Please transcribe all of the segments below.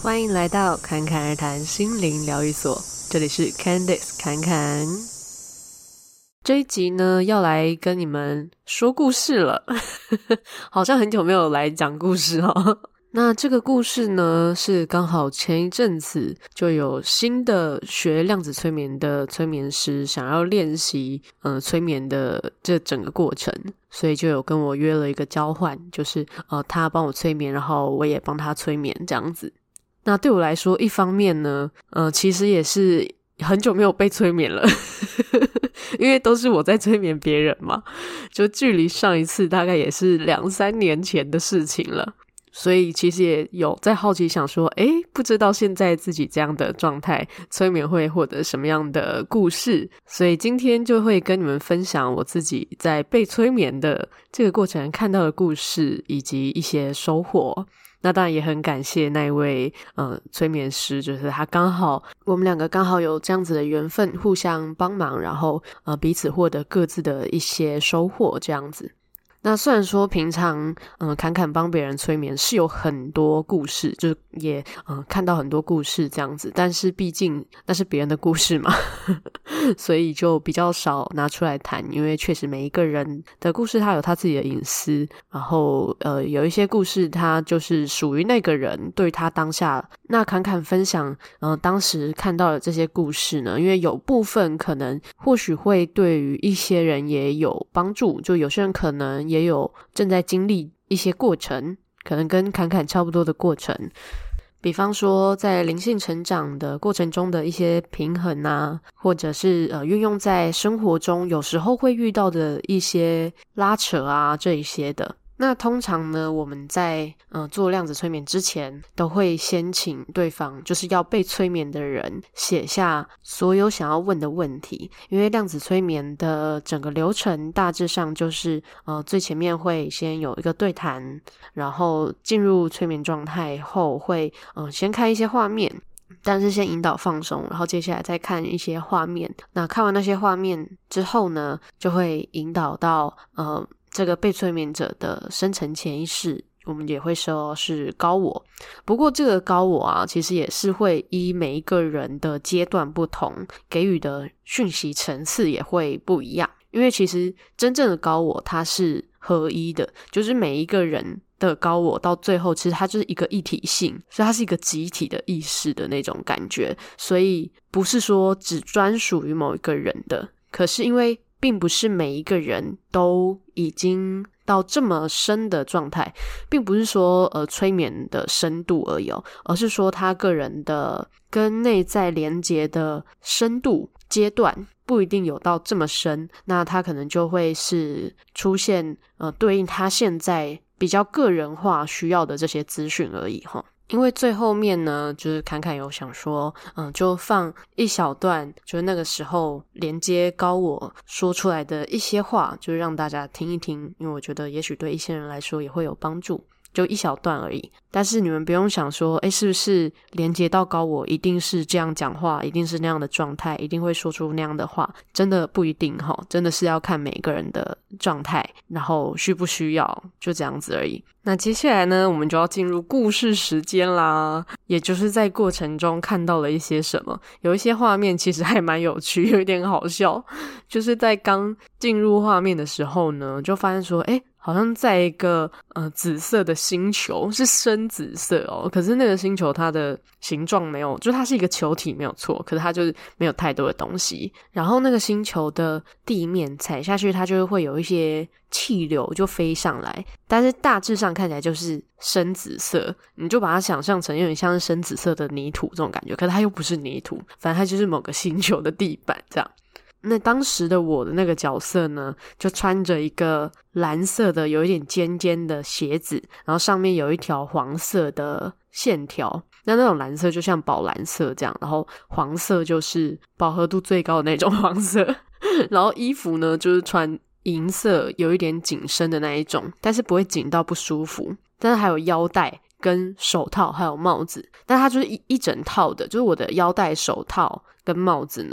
欢迎来到侃侃而谈心灵疗愈所，这里是 Candice 侃侃。这一集呢，要来跟你们说故事了好像很久没有来讲故事哦。那这个故事呢，是刚好前一阵子就有新的学量子催眠的催眠师想要练习催眠的这整个过程，所以就有跟我约了一个交换，就是他帮我催眠，然后我也帮他催眠这样子。那对我来说，一方面呢其实也是很久没有被催眠了因为都是我在催眠别人嘛，就距离上一次大概也是2-3年前的事情了，所以其实也有在好奇想说不知道现在自己这样的状态催眠会获得什么样的故事，所以今天就会跟你们分享我自己在被催眠的这个过程看到的故事以及一些收获。那当然也很感谢那一位催眠师，就是他我们两个刚好有这样子的缘分，互相帮忙，然后彼此获得各自的一些收获这样子。那虽然说平常侃侃帮别人催眠是有很多故事，就是也看到很多故事这样子，但是毕竟那是别人的故事嘛所以就比较少拿出来谈，因为确实每一个人的故事他有他自己的隐私，然后有一些故事他就是属于那个人对他当下。那侃侃分享当时看到的这些故事呢，因为有部分可能或许会对于一些人也有帮助，就有些人可能也有正在经历一些过程，可能跟侃侃差不多的过程，比方说在灵性成长的过程中的一些平衡啊，或者是运用在生活中有时候会遇到的一些拉扯啊，这一些的。那通常呢，我们在做量子催眠之前都会先请对方，就是要被催眠的人写下所有想要问的问题，因为量子催眠的整个流程大致上就是最前面会先有一个对谈，然后进入催眠状态后会先看一些画面，但是先引导放松，然后接下来再看一些画面。那看完那些画面之后呢，就会引导到这个被催眠者的深层潜意识，我们也会说是高我。不过这个高我啊，其实也是会依每一个人的阶段不同，给予的讯息层次也会不一样。因为其实真正的高我它是合一的，就是每一个人的高我到最后其实它就是一个一体性，所以它是一个集体的意识的那种感觉，所以不是说只专属于某一个人的。可是因为并不是每一个人都已经到这么深的状态，并不是说催眠的深度而已而是说他个人的跟内在连结的深度阶段不一定有到这么深，那他可能就会是出现对应他现在比较个人化需要的这些资讯而已齁。因为最后面呢，就是侃侃有想说就放一小段，就是那个时候连接高我说出来的一些话，就是让大家听一听，因为我觉得也许对一些人来说也会有帮助，就一小段而已。但是你们不用想说是不是连接到高我一定是这样讲话，一定是那样的状态，一定会说出那样的话，真的不一定齁，真的是要看每个人的状态，然后需不需要，就这样子而已。那接下来呢，我们就要进入故事时间啦，也就是在过程中看到了一些什么，有一些画面其实还蛮有趣，有一点好笑，就是在刚进入画面的时候呢，就发现说好像在一个紫色的星球，是深紫色可是那个星球它的形状没有，就它是一个球体没有错，可是它就是没有太多的东西，然后那个星球的地面踩下去它就会有一些气流就飞上来，但是大致上看起来就是深紫色，你就把它想象成有点像是深紫色的泥土这种感觉，可是它又不是泥土，反正它就是某个星球的地板这样。那当时的我的那个角色呢，就穿着一个蓝色的有一点尖尖的鞋子，然后上面有一条黄色的线条，那种蓝色就像宝蓝色这样，然后黄色就是饱和度最高的那种黄色然后衣服呢就是穿银色有一点紧身的那一种，但是不会紧到不舒服，但是还有腰带跟手套还有帽子，但它就是一整套的，就是我的腰带手套跟帽子呢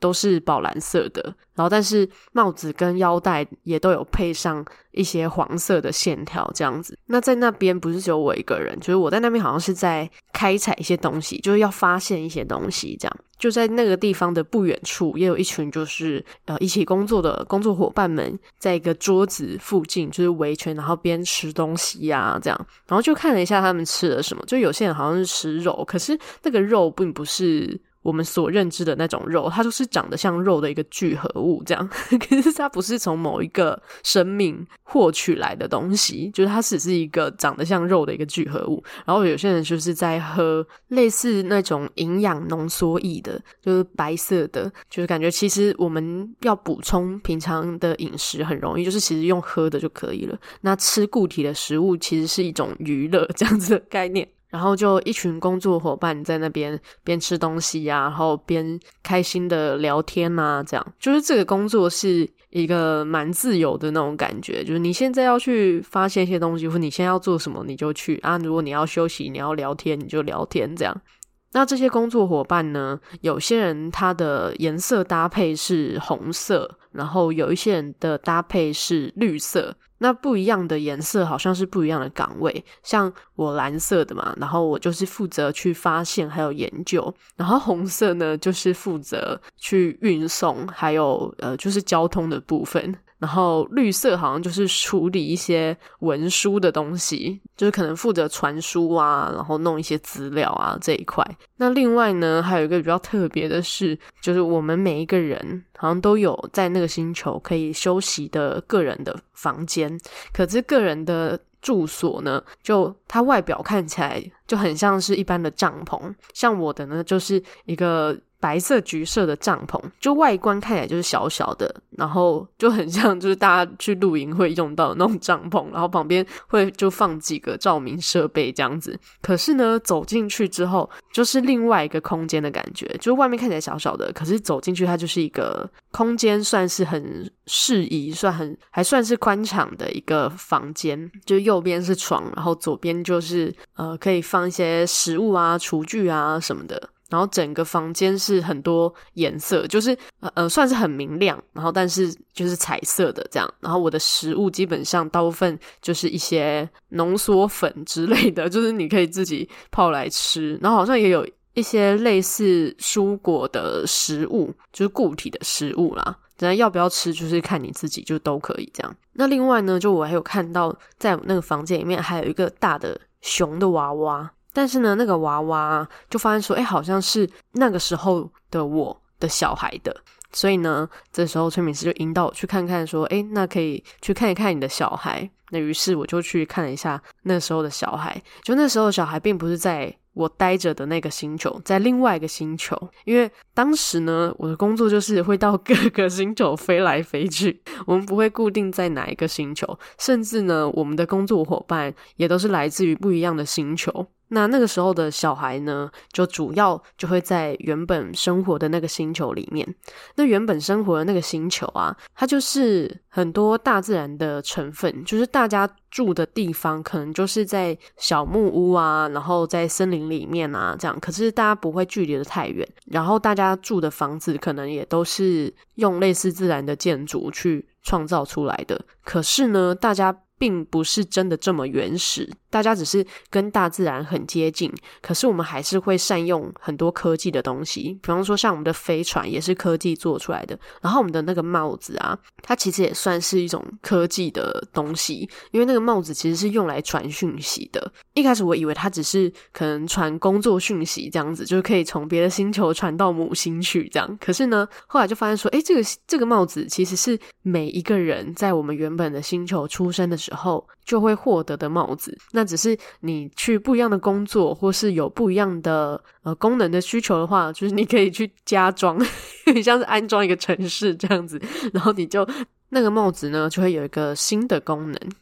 都是宝蓝色的，然后但是帽子跟腰带也都有配上一些黄色的线条这样子。那在那边不是只有我一个人，就是我在那边好像是在开采一些东西，就是要发现一些东西这样。就在那个地方的不远处也有一群就是一起工作的工作伙伴们在一个桌子附近就是围圈，然后边吃东西啊这样。然后就看了一下他们吃了什么，就有些人好像是吃肉，可是那个肉并不是我们所认知的那种肉，它就是长得像肉的一个聚合物这样可是它不是从某一个生命获取来的东西，就是它只是一个长得像肉的一个聚合物。然后有些人就是在喝类似那种营养浓缩液的，就是白色的，就是感觉其实我们要补充平常的饮食很容易，就是其实用喝的就可以了。那吃固体的食物其实是一种娱乐这样子的概念。然后就一群工作伙伴在那边边吃东西啊，然后边开心的聊天啊，这样就是这个工作是一个蛮自由的那种感觉，就是你现在要去发现一些东西，或你现在要做什么你就去啊，如果你要休息你要聊天你就聊天这样。那这些工作伙伴呢，有些人他的颜色搭配是红色，然后有一些人的搭配是绿色，那不一样的颜色好像是不一样的岗位，像我蓝色的嘛，然后我就是负责去发现还有研究，然后红色呢就是负责去运送还有就是交通的部分，然后绿色好像就是处理一些文书的东西，就是可能负责传输啊，然后弄一些资料啊这一块。那另外呢还有一个比较特别的是，就是我们每一个人好像都有在那个星球可以休息的个人的房间，可是个人的住所呢，就它外表看起来就很像是一般的帐篷，像我的呢就是一个白色橘色的帐篷，就外观看起来就是小小的，然后就很像就是大家去露营会用到的那种帐篷，然后旁边会就放几个照明设备这样子。可是呢走进去之后就是另外一个空间的感觉，就外面看起来小小的，可是走进去它就是一个空间，算是很适宜，还算是宽敞的一个房间，就右边是床，然后左边就是可以放一些食物啊厨具啊什么的，然后整个房间是很多颜色，就是算是很明亮，然后但是就是彩色的这样。然后我的食物基本上大部分就是一些浓缩粉之类的，就是你可以自己泡来吃，然后好像也有一些类似蔬果的食物，就是固体的食物啦，等要不要吃就是看你自己，就都可以这样。那另外呢，就我还有看到在那个房间里面还有一个大的熊的娃娃，但是呢那个娃娃就发现说好像是那个时候的我的小孩的，所以呢这时候催眠师就引导我去看看说那可以去看一看你的小孩。那于是我就去看了一下那时候的小孩，就那时候的小孩并不是在我待着的那个星球，在另外一个星球，因为当时呢我的工作就是会到各个星球飞来飞去，我们不会固定在哪一个星球，甚至呢我们的工作伙伴也都是来自于不一样的星球。那个时候的小孩呢就主要就会在原本生活的那个星球里面。那原本生活的那个星球啊，它就是很多大自然的成分，就是大家住的地方可能就是在小木屋啊，然后在森林里面啊这样，可是大家不会距离得太远，然后大家住的房子可能也都是用类似自然的建筑去创造出来的。可是呢大家并不是真的这么原始，大家只是跟大自然很接近，可是我们还是会善用很多科技的东西，比方说像我们的飞船也是科技做出来的，然后我们的那个帽子啊，它其实也算是一种科技的东西，因为那个帽子其实是用来传讯息的。一开始我以为它只是可能传工作讯息这样子，就是可以从别的星球传到母星去这样，可是呢后来就发现说这个帽子其实是每一个人在我们原本的星球出生的时候就会获得的帽子，那只是你去不一样的工作或是有不一样的功能的需求的话，就是你可以去加装很像是安装一个程式这样子，然后你就那个帽子呢就会有一个新的功能，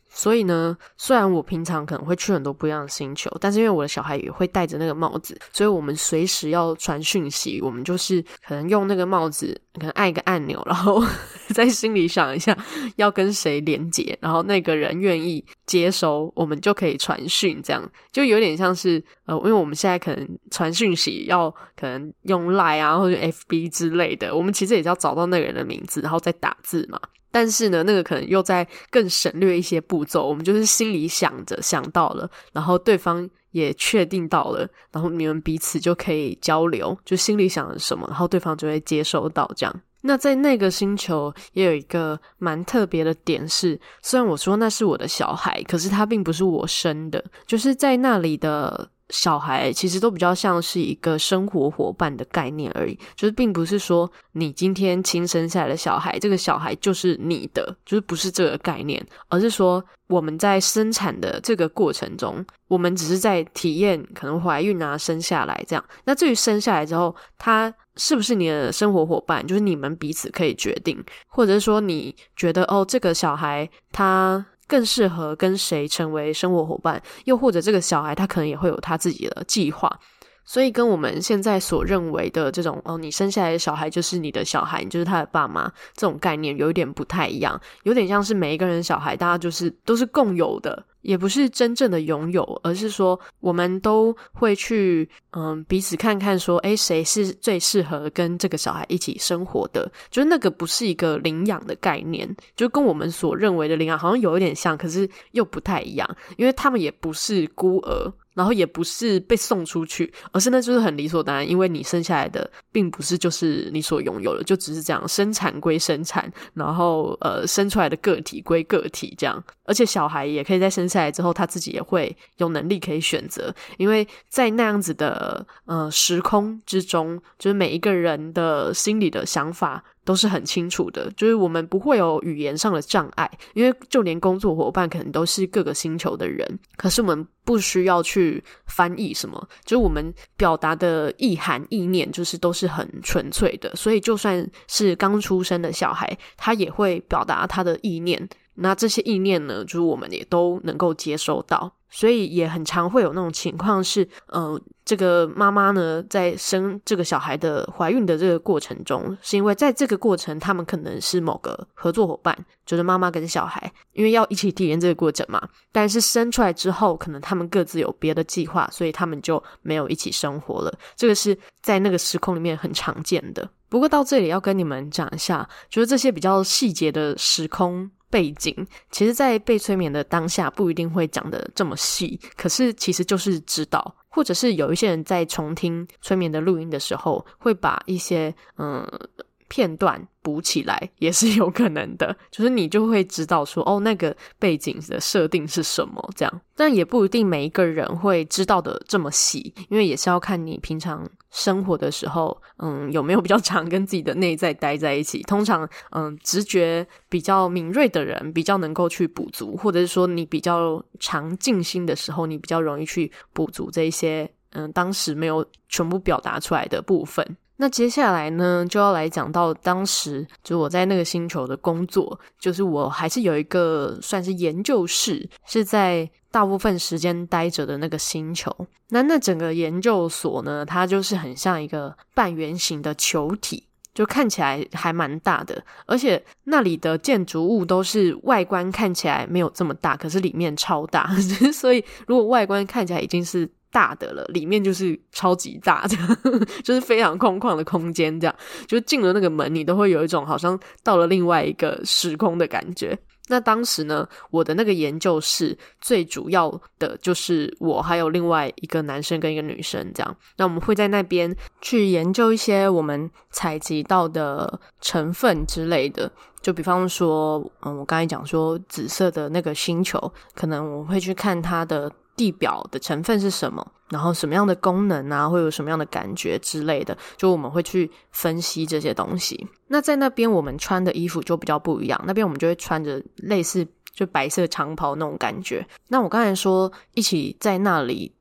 所以呢，虽然我平常可能会去很多不一样的星球，但是因为我的小孩也会戴着那个帽子，所以我们随时要传讯息，我们就是可能用那个帽子可能按一个按钮，然后在心里想一下要跟谁连接，然后那个人愿意接收，我们就可以传讯，这样就有点像是因为我们现在可能传讯息要可能用 LINE 啊或者 FB 之类的，我们其实也是要找到那个人的名字然后再打字嘛，但是呢那个可能又在更省略一些步骤，我们就是心里想到了，然后对方也确定到了，然后你们彼此就可以交流，就心里想的什么，然后对方就会接收到这样。那在那个星球也有一个蛮特别的点是，虽然我说那是我的小孩，可是他并不是我生的，就是在那里的小孩其实都比较像是一个生活伙伴的概念而已，就是并不是说你今天亲生下来的小孩，这个小孩就是你的，就是不是这个概念，而是说我们在生产的这个过程中，我们只是在体验可能怀孕啊生下来这样，那至于生下来之后他是不是你的生活伙伴，就是你们彼此可以决定，或者是说你觉得这个小孩他更适合跟谁成为生活伙伴，又或者这个小孩他可能也会有他自己的计划，所以跟我们现在所认为的这种你生下来的小孩就是你的小孩，你就是他的爸妈，这种概念有一点不太一样，有点像是每一个人的小孩大家就是都是共有的，也不是真正的拥有，而是说我们都会去彼此看看说谁是最适合跟这个小孩一起生活的，就是那个不是一个领养的概念，就跟我们所认为的领养好像有一点像，可是又不太一样，因为他们也不是孤儿，然后也不是被送出去，而是那就是很理所当然，因为你生下来的并不是就是你所拥有的，就只是这样，生产归生产，然后生出来的个体归个体这样，而且小孩也可以在生下来之后他自己也会有能力可以选择，因为在那样子的时空之中，就是每一个人的心里的想法都是很清楚的，就是我们不会有语言上的障碍，因为就连工作伙伴可能都是各个星球的人，可是我们不需要去翻译什么，就是我们表达的意涵意念就是都是很纯粹的，所以就算是刚出生的小孩他也会表达他的意念，那这些意念呢就是我们也都能够接收到，所以也很常会有那种情况是这个妈妈呢在生这个小孩的怀孕的这个过程中，是因为在这个过程他们可能是某个合作伙伴，就是妈妈跟小孩，因为要一起体验这个过程嘛，但是生出来之后可能他们各自有别的计划，所以他们就没有一起生活了，这个是在那个时空里面很常见的。不过到这里要跟你们讲一下，就是这些比较细节的时空背景，其实在被催眠的当下不一定会讲得这么细，可是其实就是知道，或者是有一些人在重听催眠的录音的时候会把一些片段补起来，也是有可能的，就是你就会知道说那个背景的设定是什么这样，但也不一定每一个人会知道的这么细，因为也是要看你平常生活的时候有没有比较常跟自己的内在待在一起，通常直觉比较敏锐的人比较能够去补足，或者是说你比较常静心的时候你比较容易去补足这一些当时没有全部表达出来的部分。那接下来呢就要来讲到当时就我在那个星球的工作，就是我还是有一个算是研究室，是在大部分时间待着的那个星球。那整个研究所呢它就是很像一个半圆形的球体，就看起来还蛮大的，而且那里的建筑物都是外观看起来没有这么大，可是里面超大所以如果外观看起来已经是大的了，里面就是超级大的就是非常空旷的空间，这样就进了那个门你都会有一种好像到了另外一个时空的感觉。那当时呢我的那个研究室最主要的就是我还有另外一个男生跟一个女生这样，那我们会在那边去研究一些我们采集到的成分之类的，就比方说我刚才讲说紫色的那个星球，可能我会去看它的地表的成分是什么，然后什么样的功能啊会有什么样的感觉之类的，就我们会去分析这些东西。那在那边我们穿的衣服就比较不一样，那边我们就会穿着类似就白色长袍那种感觉。那我刚才说一起在那里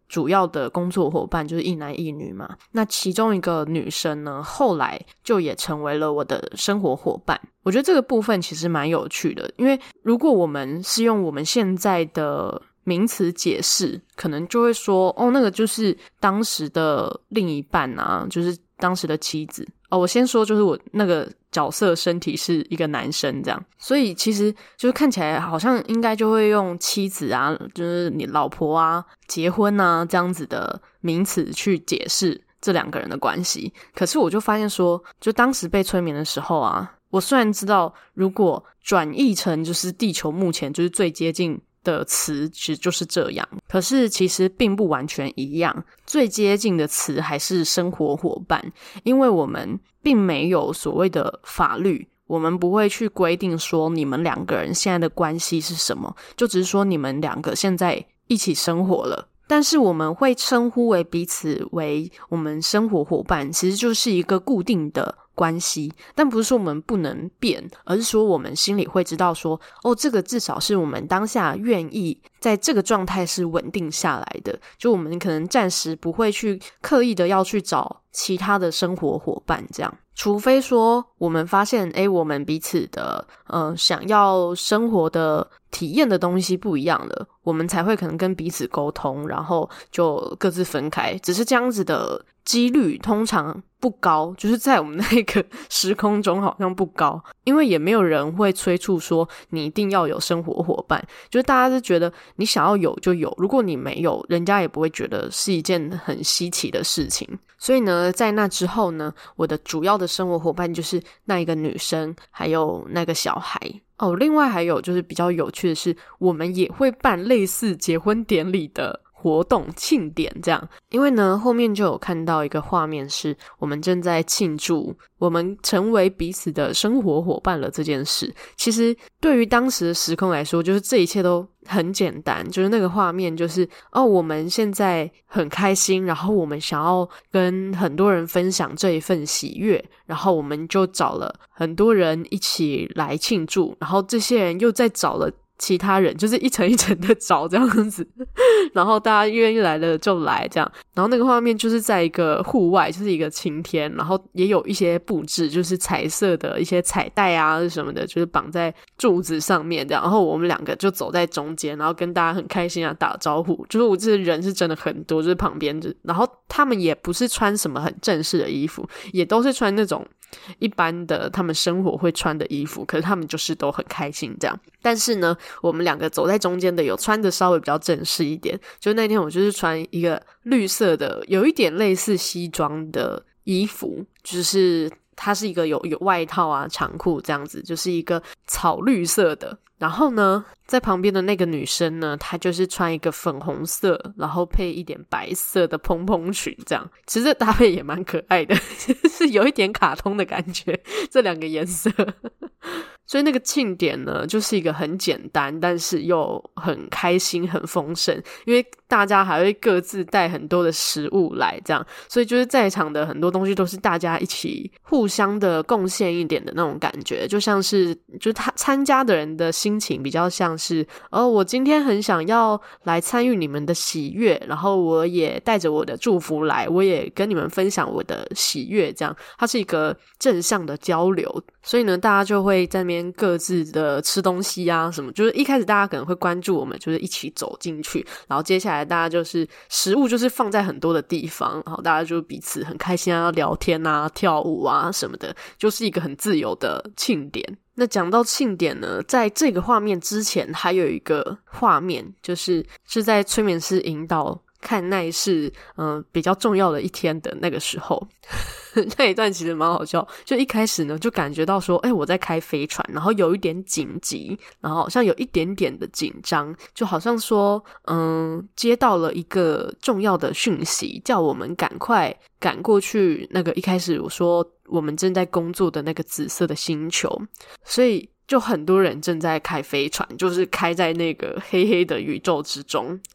主要的工作伙伴就是一男一女嘛，那其中一个女生呢，后来就也成为了我的生活伙伴。我觉得这个部分其实蛮有趣的，因为如果我们是用我们现在的名词解释，可能就会说那个就是当时的另一半啊，就是当时的妻子。我先说就是我那个角色身体是一个男生这样，所以其实就是看起来好像应该就会用妻子啊，就是你老婆啊，结婚啊这样子的名词去解释这两个人的关系。可是我就发现说，就当时被催眠的时候啊，我虽然知道如果转译成就是地球目前就是最接近的词其实就是这样，可是其实并不完全一样，最接近的词还是生活伙伴，因为我们并没有所谓的法律，我们不会去规定说你们两个人现在的关系是什么，就只是说你们两个现在一起生活了，但是我们会称呼为彼此为我们生活伙伴，其实就是一个固定的关系，但不是说我们不能变，而是说我们心里会知道说这个至少是我们当下愿意在这个状态是稳定下来的，就我们可能暂时不会去刻意的要去找其他的生活伙伴这样，除非说我们发现我们彼此的想要生活的体验的东西不一样了，我们才会可能跟彼此沟通，然后就各自分开，只是这样子的几率通常不高，就是在我们那个时空中好像不高，因为也没有人会催促说你一定要有生活伙伴，就是大家是觉得你想要有就有，如果你没有，人家也不会觉得是一件很稀奇的事情。所以呢，在那之后呢，我的主要的生活伙伴就是那一个女生还有那个小孩。另外还有就是比较有趣的是，我们也会办类似结婚典礼的活动庆典这样，因为呢后面就有看到一个画面是我们正在庆祝我们成为彼此的生活伙伴了这件事。其实对于当时的时空来说，就是这一切都很简单，就是那个画面就是我们现在很开心，然后我们想要跟很多人分享这一份喜悦，然后我们就找了很多人一起来庆祝，然后这些人又再找了其他人，就是一层一层的找这样子然后大家愿意来了就来这样，然后那个画面就是在一个户外，就是一个晴天，然后也有一些布置，就是彩色的一些彩带啊什么的，就是绑在柱子上面这样，然后我们两个就走在中间，然后跟大家很开心啊打招呼，就是我这人是真的很多，就是旁边然后他们也不是穿什么很正式的衣服，也都是穿那种一般的他们生活会穿的衣服，可是他们就是都很开心这样。但是呢，我们两个走在中间的有穿的稍微比较正式一点，就那天我就是穿一个绿色的有一点类似西装的衣服，就是它是一个有外套啊长裤这样子，就是一个草绿色的。然后呢在旁边的那个女生呢，她就是穿一个粉红色然后配一点白色的蓬蓬裙这样，其实这搭配也蛮可爱的是有一点卡通的感觉，这两个颜色所以那个庆典呢就是一个很简单但是又很开心很丰盛，因为大家还会各自带很多的食物来这样，所以就是在场的很多东西都是大家一起互相的贡献一点的那种感觉，就像是就是他参加的人的心情比较像是我今天很想要来参与你们的喜悦，然后我也带着我的祝福来，我也跟你们分享我的喜悦这样，它是一个正向的交流。所以呢大家就会在那边各自的吃东西啊什么，就是一开始大家可能会关注我们就是一起走进去，然后接下来大家就是食物就是放在很多的地方，然后大家就彼此很开心啊聊天啊跳舞啊什么的，就是一个很自由的庆典。那讲到庆典呢，在这个画面之前还有一个画面，是在催眠师引导看那是比较重要的一天的那个时候那一段其实蛮好笑，就一开始呢就感觉到说我在开飞船，然后有一点紧急，然后好像有一点点的紧张，就好像说接到了一个重要的讯息，叫我们赶快赶过去那个一开始我说我们正在工作的那个紫色的星球，所以就很多人正在开飞船，就是开在那个黑黑的宇宙之中，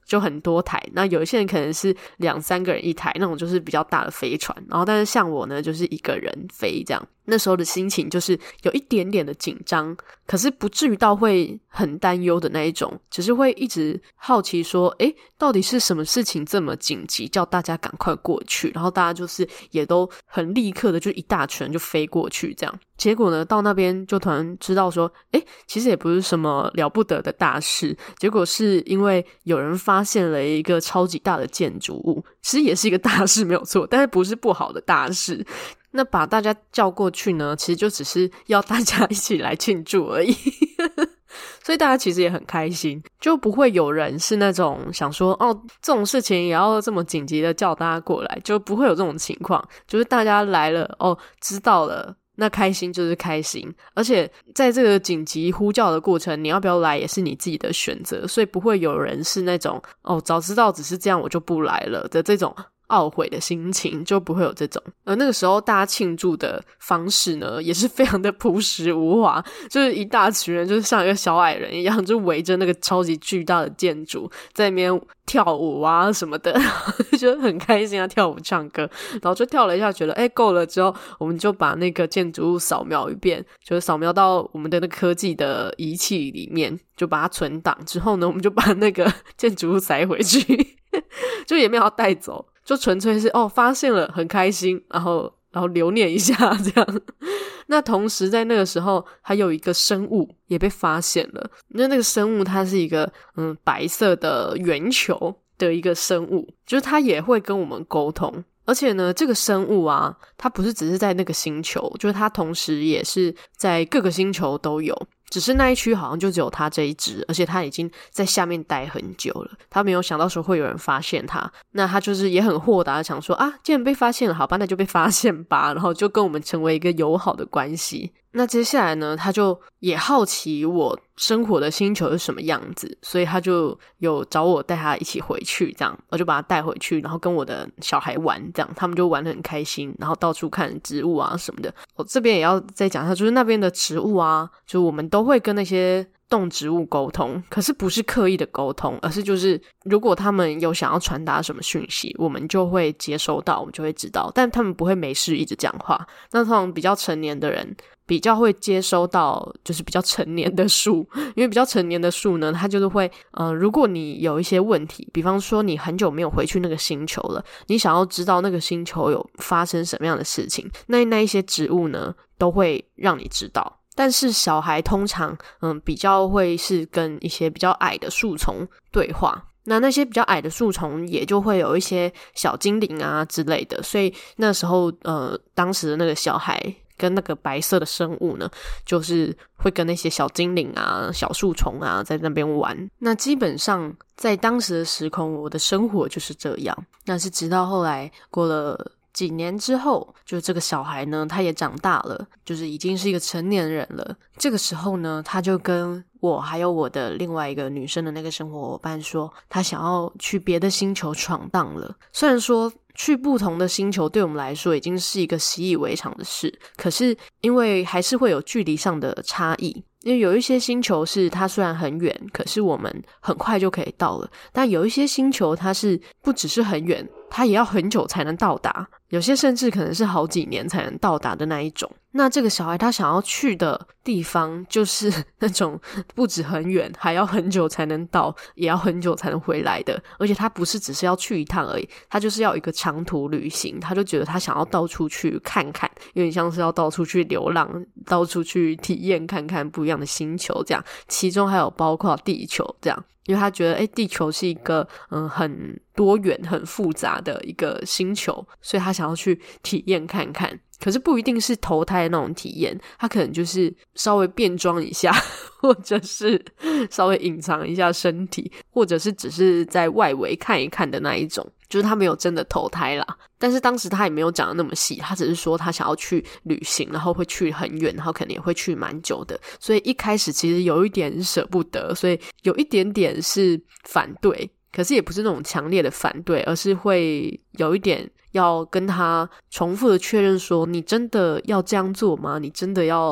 就很多台，那有一些人可能是2-3个人一台，那种就是比较大的飞船，然后但是像我呢就是一个人飞这样。那时候的心情就是有一点点的紧张，可是不至于到会很担忧的那一种，只是会一直好奇说到底是什么事情这么紧急叫大家赶快过去，然后大家就是也都很立刻的就一大群就飞过去这样。结果呢到那边就突然知道说其实也不是什么了不得的大事，结果是因为有人发现了一个超级大的建筑物，其实也是一个大事没有错，但是不是不好的大事。那把大家叫过去呢，其实就只是要大家一起来庆祝而已所以大家其实也很开心，就不会有人是那种想说这种事情也要这么紧急的叫大家过来，就不会有这种情况，就是大家来了知道了，那开心就是开心，而且在这个紧急呼叫的过程，你要不要来也是你自己的选择，所以不会有人是那种早知道只是这样我就不来了的这种懊悔的心情，就不会有这种。而那个时候大家庆祝的方式呢也是非常的朴实无华，就是一大群人就是像一个小矮人一样，就围着那个超级巨大的建筑在那边跳舞啊什么的就觉得很开心啊，跳舞唱歌，然后就跳了一下觉得够了之后，我们就把那个建筑物扫描一遍，就是扫描到我们的那个科技的仪器里面，就把它存档之后呢，我们就把那个建筑物塞回去就也没有要带走，就纯粹是发现了很开心，然后留念一下这样那同时在那个时候还有一个生物也被发现了，那个生物它是一个白色的圆球的一个生物，就是它也会跟我们沟通，而且呢这个生物啊它不是只是在那个星球，就是它同时也是在各个星球都有，只是那一区好像就只有它这一只，而且它已经在下面待很久了，他没有想到说会有人发现它，那他就是也很豁达的想说既然被发现了，好吧，那就被发现吧，然后就跟我们成为一个友好的关系。那接下来呢他就也好奇我生活的星球是什么样子，所以他就有找我带他一起回去这样，我就把他带回去，然后跟我的小孩玩这样，他们就玩得很开心，然后到处看植物啊什么的。我这边也要再讲一下，就是那边的植物啊，就我们都会跟那些动植物沟通，可是不是刻意的沟通，而是就是如果他们有想要传达什么讯息，我们就会接收到，我们就会知道，但他们不会没事一直讲话。那通常比较成年的人比较会接收到就是比较成年的树，因为比较成年的树呢，它就是会如果你有一些问题，比方说你很久没有回去那个星球了，你想要知道那个星球有发生什么样的事情，那一些植物呢都会让你知道。但是小孩通常比较会是跟一些比较矮的树丛对话，那些比较矮的树丛也就会有一些小精灵啊之类的，所以那时候当时的那个小孩跟那个白色的生物呢，就是会跟那些小精灵啊小树丛啊在那边玩。那基本上在当时的时空，我的生活就是这样。那是直到后来过了几年之后，就这个小孩呢他也长大了，就是已经是一个成年人了。这个时候呢他就跟我还有我的另外一个女生的那个生活伙伴说，他想要去别的星球闯荡了。虽然说去不同的星球对我们来说已经是一个习以为常的事，可是因为还是会有距离上的差异，因为有一些星球是它虽然很远，可是我们很快就可以到了，但有一些星球它是不只是很远，它也要很久才能到达，有些甚至可能是好几年才能到达的那一种。那这个小孩他想要去的地方就是那种不止很远，还要很久才能到，也要很久才能回来的，而且他不是只是要去一趟而已，他就是要一个长途旅行，他就觉得他想要到处去看看，有点像是要到处去流浪，到处去体验看看不一样的星球这样，其中还有包括地球这样。因为他觉得地球是一个很多元很复杂的一个星球，所以他想要去体验看看，可是不一定是投胎的那种体验，他可能就是稍微变装一下，或者是稍微隐藏一下身体，或者是只是在外围看一看的那一种，就是他没有真的投胎啦。但是当时他也没有讲的那么细，他只是说他想要去旅行，然后会去很远，然后可能也会去蛮久的，所以一开始其实有一点舍不得，所以有一点点是反对，可是也不是那种强烈的反对，而是会有一点要跟他重复的确认说，你真的要这样做吗？你真的要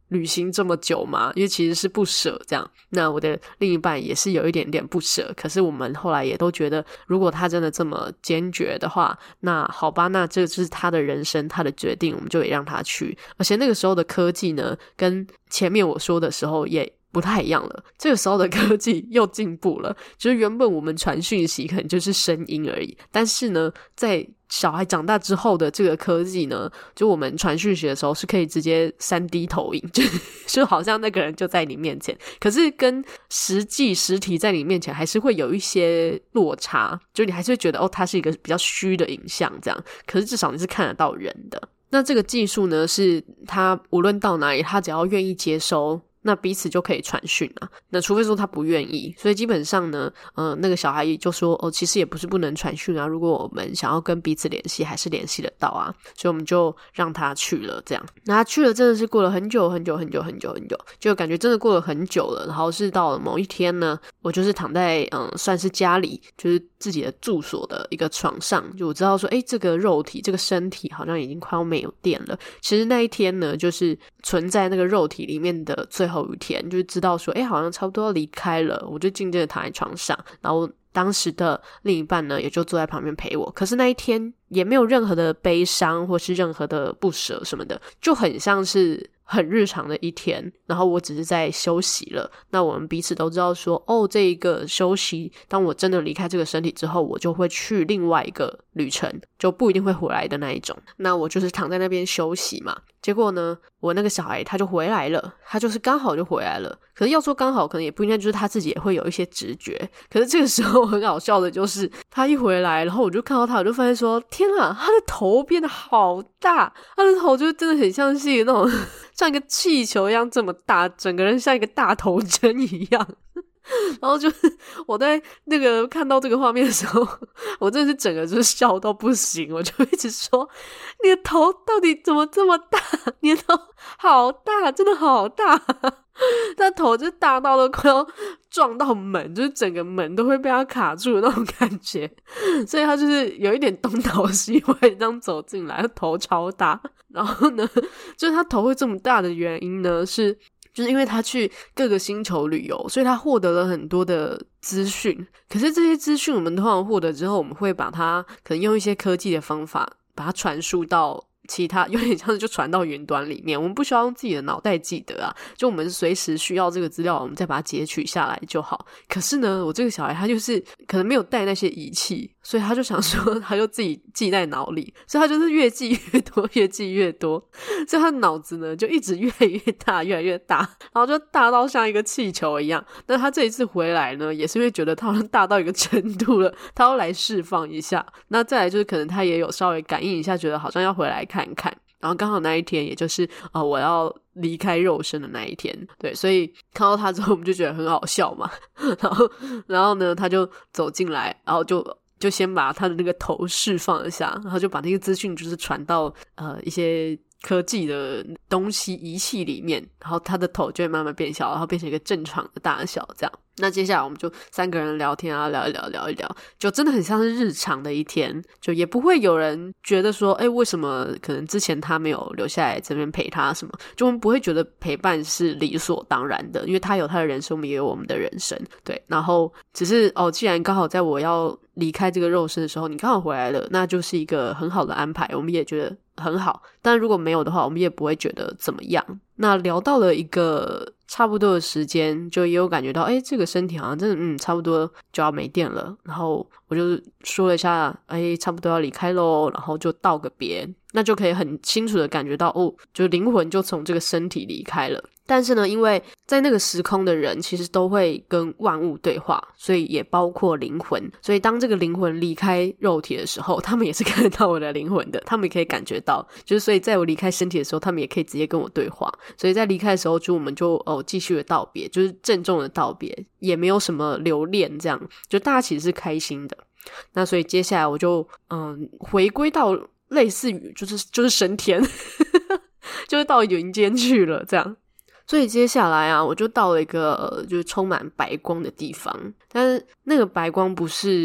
旅行这么久嘛，因为其实是不舍这样。那我的另一半也是有一点点不舍，可是我们后来也都觉得，如果他真的这么坚决的话，那好吧，那这就是他的人生，他的决定，我们就也让他去。而且那个时候的科技呢，跟前面我说的时候也不太一样了，这个时候的科技又进步了，就是原本我们传讯息可能就是声音而已，但是呢在小孩长大之后的这个科技呢，就我们传讯息的时候是可以直接 3D 投影，就好像那个人就在你面前，可是跟实体在你面前还是会有一些落差，就你还是会觉得它是一个比较虚的影像这样，可是至少你是看得到人的。那这个技术呢，是他无论到哪里，他只要愿意接收，那彼此就可以传讯啊。那除非说他不愿意，所以基本上呢那个小孩就说其实也不是不能传讯啊，如果我们想要跟彼此联系还是联系得到啊，所以我们就让他去了这样。那他去了真的是过了很久，就感觉真的过了很久了。然后是到了某一天呢，我就是躺在算是家里就是自己的住所的一个床上，就我知道说这个肉体这个身体好像已经快要没有电了。其实那一天呢，就是存在那个肉体里面的最后一天，就是知道说好像差不多要离开了，我就静静的躺在床上，然后当时的另一半呢也就坐在旁边陪我。可是那一天也没有任何的悲伤或是任何的不舍什么的，就很像是很日常的一天，然后我只是在休息了。那我们彼此都知道说这一个休息，当我真的离开这个身体之后，我就会去另外一个旅程，就不一定会回来的那一种。那我就是躺在那边休息嘛，结果呢我那个小孩他就回来了，他就是刚好就回来了。可是要说刚好可能也不应该，就是他自己也会有一些直觉。可是这个时候很好笑的就是他一回来，然后我就看到他，我就发现说天啊，他的头变得好大，他的头就真的很像是那种像一个气球一样这么大，整个人像一个大头针一样。然后就是我在那个看到这个画面的时候，我真的是整个就是笑到不行，我就一直说你的头到底怎么这么大，你的头好大，真的好大。他头就大到了快要撞到门，就是整个门都会被他卡住的那种感觉，所以他就是有一点东倒西歪这样走进来，他头超大。然后呢就是他头会这么大的原因呢，就是因为他去各个星球旅游，所以他获得了很多的资讯。可是这些资讯我们通常获得之后，我们会把它可能用一些科技的方法把它传输到其他，有点像是就传到云端里面，我们不需要用自己的脑袋记得啊，就我们随时需要这个资料，我们再把它截取下来就好。可是呢我这个小孩他就是可能没有带那些仪器，所以他就想说他就自己记在脑里，所以他就是越记越多，越记越多，所以他脑子呢就一直越来越大，越来越大，然后就大到像一个气球一样。那他这一次回来呢，也是因为觉得他好像大到一个程度了，他要来释放一下。那再来就是可能他也有稍微感应一下，觉得好像要回来看看，然后刚好那一天也就是我要离开肉身的那一天。对，所以看到他之后我们就觉得很好笑嘛。然后呢他就走进来，然后就先把他的那个头释放一下，然后就把那个资讯就是传到一些科技的东西仪器里面，然后他的头就会慢慢变小，然后变成一个正常的大小这样。那接下来我们就3个人聊天啊，聊一聊，就真的很像是日常的一天，就也不会有人觉得说为什么可能之前他没有留下来这边陪他什么，就我们不会觉得陪伴是理所当然的，因为他有他的人生，我们也有我们的人生。对，然后只是既然刚好在我要离开这个肉身的时候你刚好回来了，那就是一个很好的安排，我们也觉得很好。但如果没有的话，我们也不会觉得怎么样。那聊到了一个差不多的时间，就也有感觉到这个身体好像真的差不多就要没电了，然后我就说了一下差不多要离开咯，然后就道个别，那就可以很清楚的感觉到就灵魂就从这个身体离开了。但是呢因为在那个时空的人其实都会跟万物对话，所以也包括灵魂，所以当这个灵魂离开肉体的时候，他们也是看得到我的灵魂的，他们也可以感觉到，就是所以在我离开身体的时候他们也可以直接跟我对话。所以在离开的时候就我们就继续的道别，就是郑重的道别，也没有什么留恋，这样就大家其实是开心的。那所以接下来我就回归到类似于就是升天就是到云间去了这样。所以接下来啊我就到了一个就是充满白光的地方，但是那个白光不是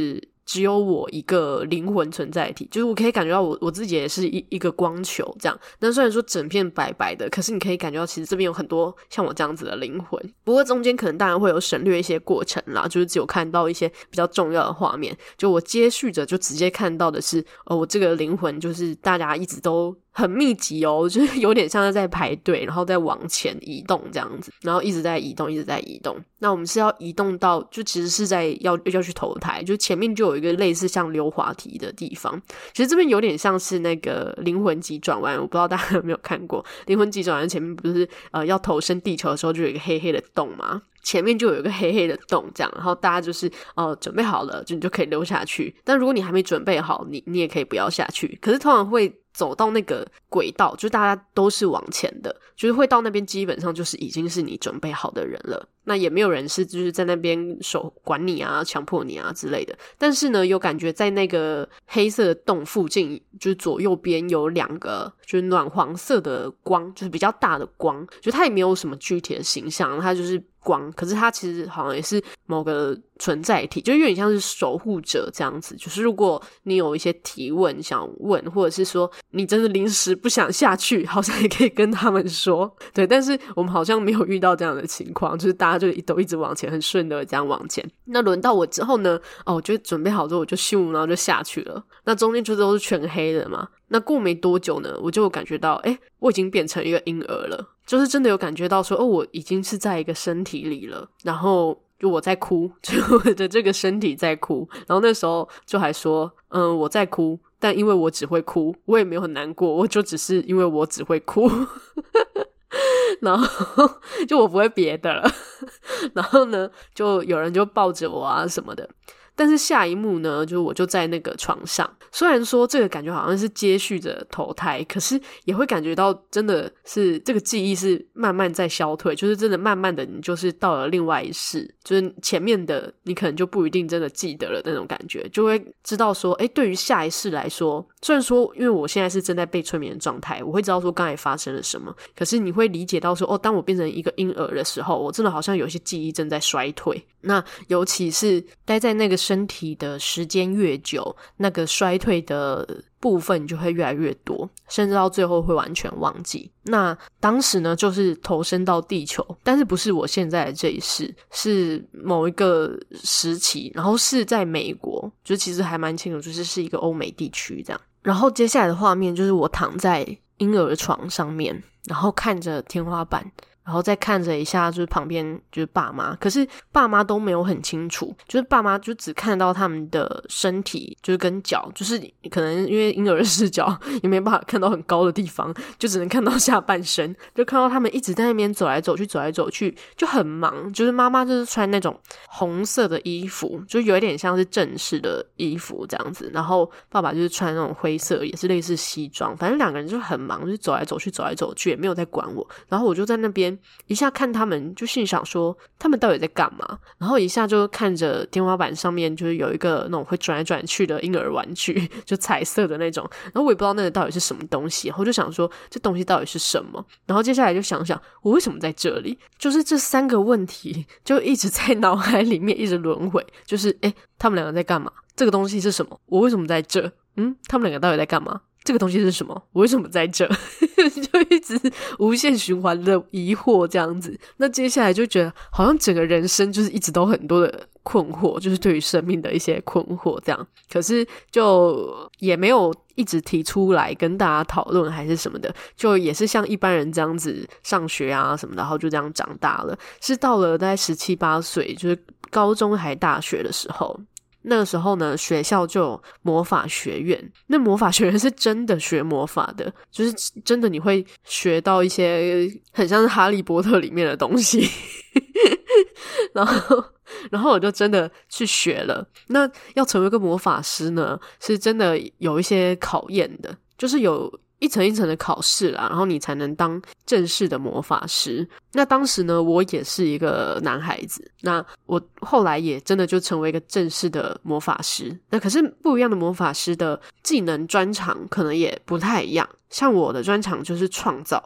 只有我一个灵魂存在体，就是我可以感觉到我自己也是一个光球这样。那虽然说整片白白的，可是你可以感觉到其实这边有很多像我这样子的灵魂。不过中间可能当然会有省略一些过程啦，就是只有看到一些比较重要的画面。就我接续着就直接看到的是我这个灵魂就是大家一直都很密集哦，就是有点像是在排队，然后再往前移动这样子，然后一直在移动一直在移动。那我们是要移动到就其实是在要去投胎，就前面就有一个类似像溜滑梯的地方。其实这边有点像是那个灵魂急转弯，我不知道大家有没有看过灵魂急转弯，前面不是要投身地球的时候就有一个黑黑的洞吗？前面就有一个黑黑的洞这样，然后大家就是准备好了就你就可以溜下去，但如果你还没准备好你也可以不要下去。可是通常会走到那个轨道，就是大家都是往前的，就是会到那边基本上就是已经是你准备好的人了，那也没有人是就是在那边管你啊强迫你啊之类的。但是呢有感觉在那个黑色的洞附近，就是左右边有2个就是暖黄色的光，就是比较大的光，就它也没有什么具体的形象，它就是光，可是它其实好像也是某个存在体，就有点像是守护者这样子。就是如果你有一些提问想问，或者是说你真的临时不想下去，好像也可以跟他们说。对，但是我们好像没有遇到这样的情况，就是大家就都一直往前，很顺的这样往前。那轮到我之后呢我就准备好之后我就咻，然后就下去了。那中间就都是全黑的嘛。那过没多久呢，我就感觉到我已经变成一个婴儿了，就是真的有感觉到说我已经是在一个身体里了，然后就我在哭，就我的这个身体在哭。然后那时候就还说我在哭，但因为我只会哭，我也没有很难过，我就只是因为我只会哭然后就我不会别的了然后呢就有人就抱着我啊什么的。但是下一幕呢，就我就在那个床上，虽然说这个感觉好像是接续着投胎，可是也会感觉到真的是这个记忆是慢慢在消退，就是真的慢慢的你就是到了另外一世，就是前面的你可能就不一定真的记得了那种感觉，就会知道说对于下一世来说，虽然说因为我现在是正在被催眠的状态，我会知道说刚才发生了什么，可是你会理解到说当我变成一个婴儿的时候，我真的好像有些记忆正在衰退。那尤其是待在那个身体的时间越久，那个衰退的部分就会越来越多，甚至到最后会完全忘记。那当时呢就是投身到地球，但是不是我现在的这一世，是某一个时期，然后是在美国，就其实还蛮清楚，就是是一个欧美地区这样。然后接下来的画面就是我躺在婴儿床上面，然后看着天花板，然后再看着一下就是旁边就是爸妈，可是爸妈都没有很清楚，就是爸妈就只看到他们的身体就是跟脚，就是可能因为婴儿视角也没办法看到很高的地方，就只能看到下半身，就看到他们一直在那边走来走去走来走去，就很忙。就是妈妈就是穿那种红色的衣服，就有一点像是正式的衣服这样子，然后爸爸就是穿那种灰色也是类似西装，反正2个人就很忙，就是走来走去走来走去，也没有在管我。然后我就在那边一下看他们，就心想说他们到底在干嘛，然后一下就看着天花板上面就是有一个那种会转来转去的婴儿玩具，就彩色的那种，然后我也不知道那个到底是什么东西，然后就想说这东西到底是什么。然后接下来就想想我为什么在这里，就是这3个问题就一直在脑海里面一直轮回，就是他们2个在干嘛，这个东西是什么，我为什么在这，他们2个到底在干嘛，这个东西是什么，我为什么在这就一直无限循环的疑惑这样子。那接下来就觉得好像整个人生就是一直都很多的困惑，就是对于生命的一些困惑这样，可是就也没有一直提出来跟大家讨论还是什么的，就也是像一般人这样子上学啊什么的，然后就这样长大了。是到了大概17、18岁，就是高中还大学的时候，那个时候呢学校就有魔法学院，那魔法学院是真的学魔法的，就是真的你会学到一些很像是哈利波特里面的东西然后我就真的去学了。那要成为一个魔法师呢是真的有一些考验的，就是有一层一层的考试啦，然后你才能当正式的魔法师。那当时呢我也是一个男孩子，那我后来也真的就成为一个正式的魔法师。那可是不一样的魔法师的技能专长可能也不太一样，像我的专长就是创造，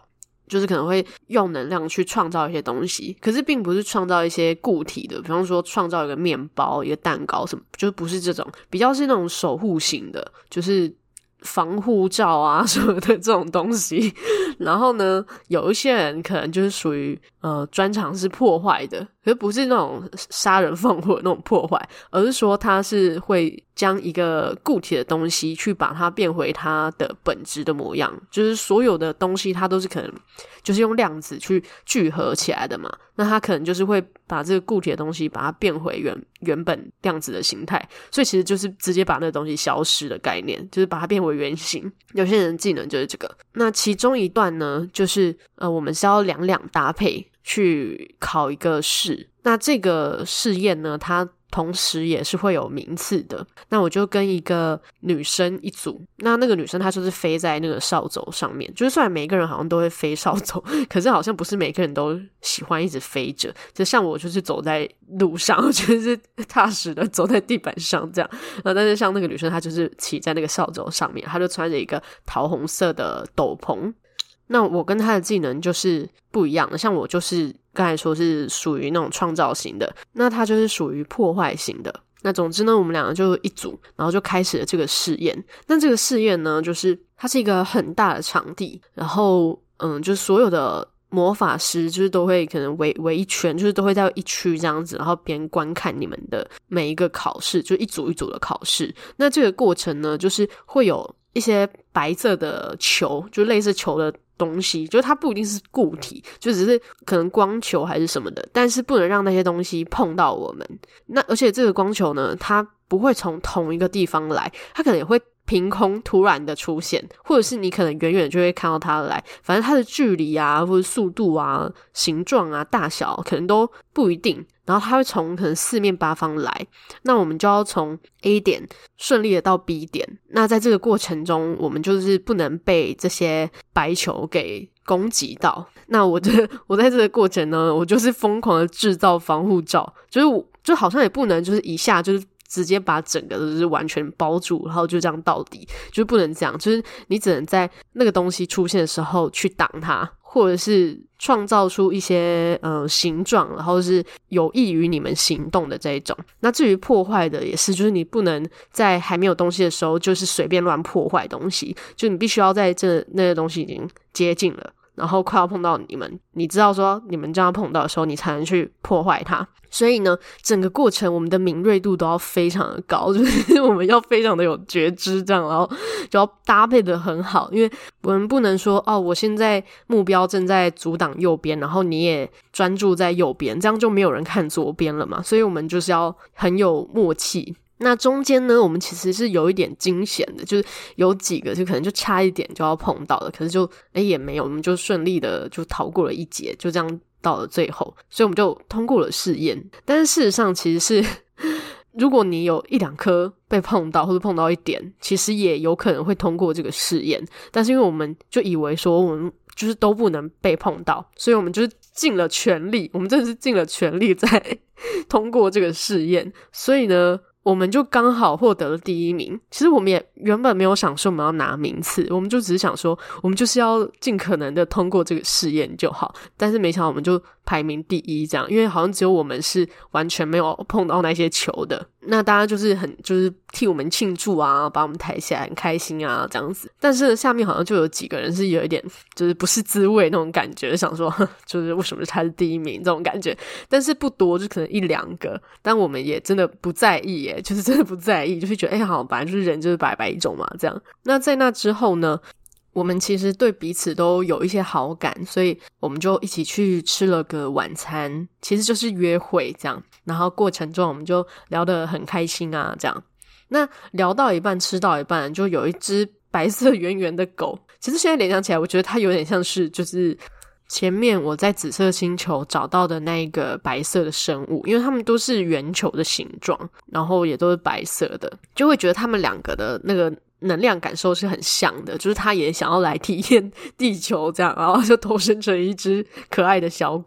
就是可能会用能量去创造一些东西，可是并不是创造一些固体的，比方说创造一个面包一个蛋糕什么，就不是这种，比较是那种守护型的，就是防护罩啊什么的这种东西。然后呢有一些人可能就是属于专长是破坏的，可是不是那种杀人放火的那种破坏，而是说他是会将一个固体的东西去把它变回它的本质的模样，就是所有的东西它都是可能就是用量子去聚合起来的嘛，那它可能就是会把这个固体的东西把它变回原本量子的形态，所以其实就是直接把那个东西消失的概念，就是把它变回原形。有些人技能就是这个。那其中一段呢就是我们是要两搭配去考一个试，那这个试验呢它同时也是会有名次的。那我就跟一个女生一组，那个女生她就是飞在那个扫帚上面，就是虽然每个人好像都会飞扫帚，可是好像不是每个人都喜欢一直飞着，就像我就是走在路上，就是踏实的走在地板上这样。但是像那个女生她就是骑在那个扫帚上面，她就穿着一个桃红色的斗篷。那我跟他的技能就是不一样的，像我就是刚才说是属于那种创造型的，那他就是属于破坏型的。那总之呢我们两个就一组，然后就开始了这个试验。那这个试验呢就是它是一个很大的场地，然后就是所有的魔法师就是都会可能围一圈，就是都会在一区这样子，然后边观看你们的每一个考试，就一组一组的考试。那这个过程呢就是会有一些白色的球，就类似球的东西，就是它不一定是固体，就只是可能光球还是什么的，但是不能让那些东西碰到我们。那而且这个光球呢它不会从同一个地方来，它可能也会凭空突然的出现，或者是你可能远远就会看到它来，反正它的距离啊或者速度啊形状啊大小可能都不一定，然后它会从可能四面八方来，那我们就要从 A 点顺利的到 B 点。那在这个过程中我们就是不能被这些白球给攻击到。那我在这个过程呢我就是疯狂的制造防护罩，就好像也不能就是一下就是直接把整个就是完全包住，然后就这样到底，就是不能这样，就是你只能在那个东西出现的时候去挡它，或者是创造出一些形状，然后是有益于你们行动的这一种。那至于破坏的也是，就是你不能在还没有东西的时候就是随便乱破坏东西，就你必须要在那个东西已经接近了，然后快要碰到你们，你知道说你们这样碰到的时候你才能去破坏它。所以呢整个过程我们的敏锐度都要非常的高，就是我们要非常的有觉知这样，然后就要搭配的很好，因为我们不能说我现在目标正在阻挡右边，然后你也专注在右边，这样就没有人看左边了嘛，所以我们就是要很有默契。那中间呢我们其实是有一点惊险的，就是有几个就可能就差一点就要碰到了，可是就也没有，我们就顺利的就逃过了一劫，就这样到了最后，所以我们就通过了试验。但是事实上其实是如果你有一两颗被碰到或者碰到一点，其实也有可能会通过这个试验，但是因为我们就以为说我们就是都不能被碰到，所以我们就是尽了全力，我们真的是尽了全力在通过这个试验，所以呢我们就刚好获得了第一名。其实我们也原本没有想说我们要拿名次，我们就只是想说我们就是要尽可能的通过这个试验就好，但是没想到我们就排名第一这样，因为好像只有我们是完全没有碰到那些球的。那大家就是就是替我们庆祝啊，把我们抬起来很开心啊这样子。但是下面好像就有几个人是有一点就是不是滋味那种感觉，想说就是为什么他是第一名这种感觉，但是不多，就可能一两个，但我们也真的不在意耶，就是真的不在意，就是觉得好，本来就是人就是百百种嘛这样。那在那之后呢我们其实对彼此都有一些好感，所以我们就一起去吃了个晚餐，其实就是约会这样，然后过程中我们就聊得很开心啊这样。那聊到一半吃到一半就有一只白色圆圆的狗，其实现在联想起来我觉得它有点像是就是前面我在紫色星球找到的那一个白色的生物，因为它们都是圆球的形状，然后也都是白色的，就会觉得它们两个的那个能量感受是很像的，就是他也想要来体验地球这样，然后就投身成一只可爱的小狗。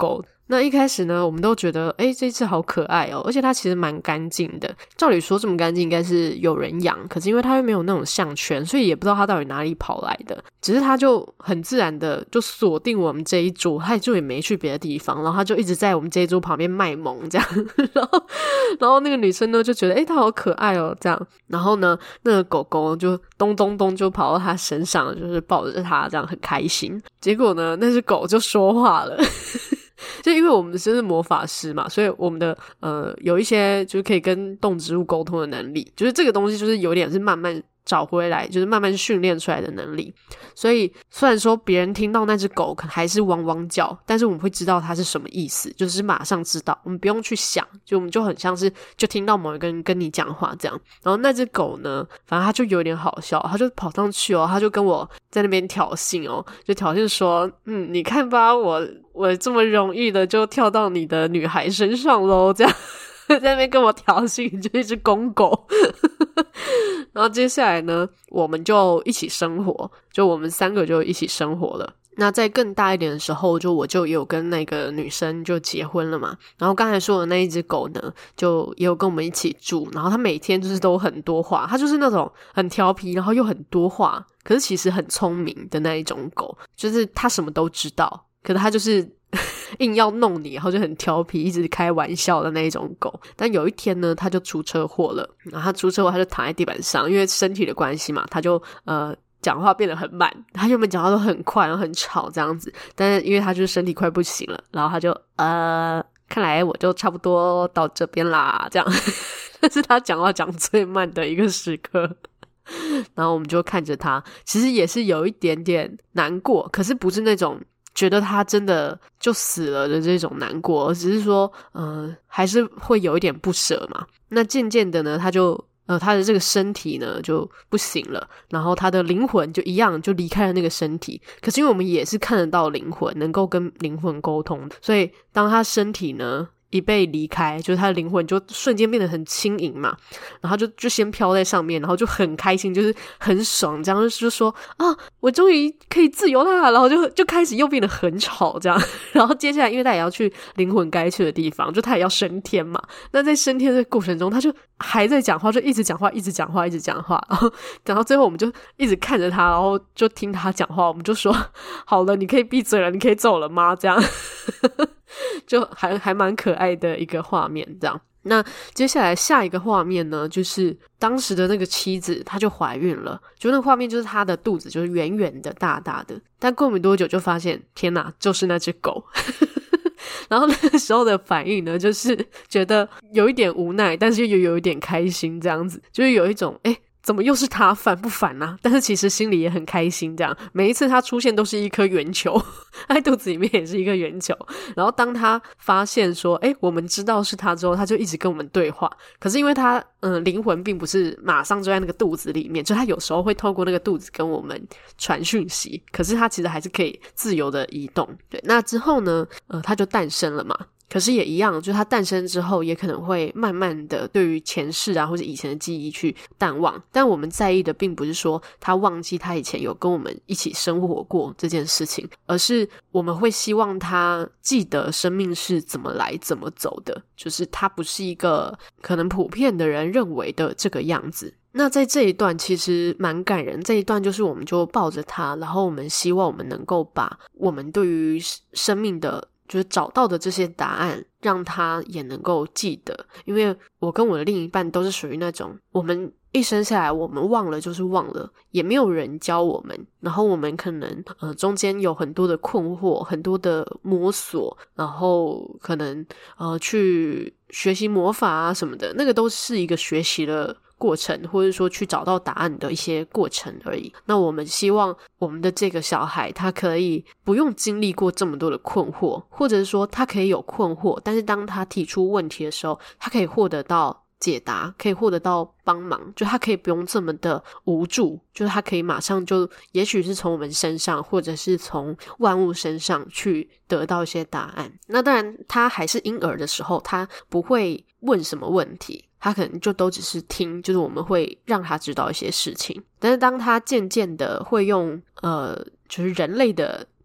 那一开始呢，我们都觉得这只好可爱哦，而且它其实蛮干净的。照理说这么干净应该是有人养，可是因为它又没有那种项圈，所以也不知道它到底哪里跑来的。只是它就很自然的就锁定我们这一桌，它就也没去别的地方，然后它就一直在我们这一桌旁边卖萌这样。然后那个女生呢就觉得它好可爱哦这样，然后呢那个狗狗就咚咚咚就跑到它身上，就是抱着它这样很开心。结果呢那只狗就说话了。就因为我们是魔法师嘛，所以我们的有一些就是可以跟动植物沟通的能力，就是这个东西就是有点是慢慢找回来，就是慢慢训练出来的能力。所以虽然说别人听到那只狗可能还是汪汪叫，但是我们会知道它是什么意思，就是马上知道，我们不用去想，就我们就很像是就听到某一个人跟你讲话这样。然后那只狗呢，反正它就有点好笑，它就跑上去它就跟我在那边挑衅就挑衅说你看吧，我这么容易的就跳到你的女孩身上咯这样。在那边跟我挑衅，就一只公狗。然后接下来呢，我们就一起生活，就我们3个就一起生活了。那在更大一点的时候，我就也有跟那个女生就结婚了嘛。然后刚才说的那一只狗呢，就也有跟我们一起住。然后它每天就是都很多话，它就是那种很调皮，然后又很多话，可是其实很聪明的那一种狗，就是它什么都知道，可是它就是硬要弄你，然后就很调皮，一直开玩笑的那一种狗。但有一天呢，它就出车祸了。然后它出车祸，它就躺在地板上，因为身体的关系嘛，它就讲话变得很慢。它原本讲话都很快，然后很吵这样子，但是因为它就是身体快不行了，然后它就看来我就差不多到这边啦这样。这是它讲话讲最慢的一个时刻。然后我们就看着它，其实也是有一点点难过，可是不是那种觉得他真的就死了的这种难过，只是说还是会有一点不舍嘛。那渐渐的呢，他的这个身体呢就不行了，然后他的灵魂就一样就离开了那个身体。可是因为我们也是看得到灵魂，能够跟灵魂沟通，所以当他身体呢一被离开，就是他的灵魂就瞬间变得很轻盈嘛，然后就先飘在上面，然后就很开心，就是很爽，这样就说我终于可以自由啦，然后就开始又变得很吵这样。然后接下来因为他也要去灵魂该去的地方，就他也要升天嘛，那在升天的过程中他就还在讲话，就一直讲话一直讲话一直讲话，然后讲到最后我们就一直看着他，然后就听他讲话，我们就说好了，你可以闭嘴了，你可以走了吗这样。就还蛮可爱的一个画面这样。那接下来下一个画面呢，就是当时的那个妻子她就怀孕了，就那个画面就是她的肚子就是圆圆的大大的，但过没多久就发现天哪，就是那只狗。然后那个时候的反应呢，就是觉得有一点无奈，但是又有一点开心这样子，就是有一种怎么又是他，烦不烦啊？但是其实心里也很开心这样，每一次他出现都是一颗圆球，他在肚子里面也是一个圆球。然后当他发现说我们知道是他之后，他就一直跟我们对话。可是因为他灵魂并不是马上就在那个肚子里面，就他有时候会透过那个肚子跟我们传讯息，可是他其实还是可以自由的移动。对，那之后呢他就诞生了嘛。可是也一样，就是它诞生之后也可能会慢慢的对于前世啊或者以前的记忆去淡忘，但我们在意的并不是说他忘记他以前有跟我们一起生活过这件事情，而是我们会希望他记得生命是怎么来怎么走的，就是他不是一个可能普遍的人认为的这个样子。那在这一段其实蛮感人，这一段就是我们就抱着他，然后我们希望我们能够把我们对于生命的就是找到的这些答案让他也能够记得。因为我跟我的另一半都是属于那种我们一生下来我们忘了就是忘了，也没有人教我们，然后我们可能中间有很多的困惑，很多的摸索，然后可能去学习魔法啊什么的，那个都是一个学习的过程，或者说去找到答案的一些过程而已。那我们希望我们的这个小孩他可以不用经历过这么多的困惑，或者是说他可以有困惑，但是当他提出问题的时候，他可以获得到解答，可以获得到帮忙，就他可以不用这么的无助，就是他可以马上就也许是从我们身上或者是从万物身上去得到一些答案。那当然他还是婴儿的时候他不会问什么问题，他可能就都只是听，就是我们会让他知道一些事情。但是当他渐渐的会用就是人类的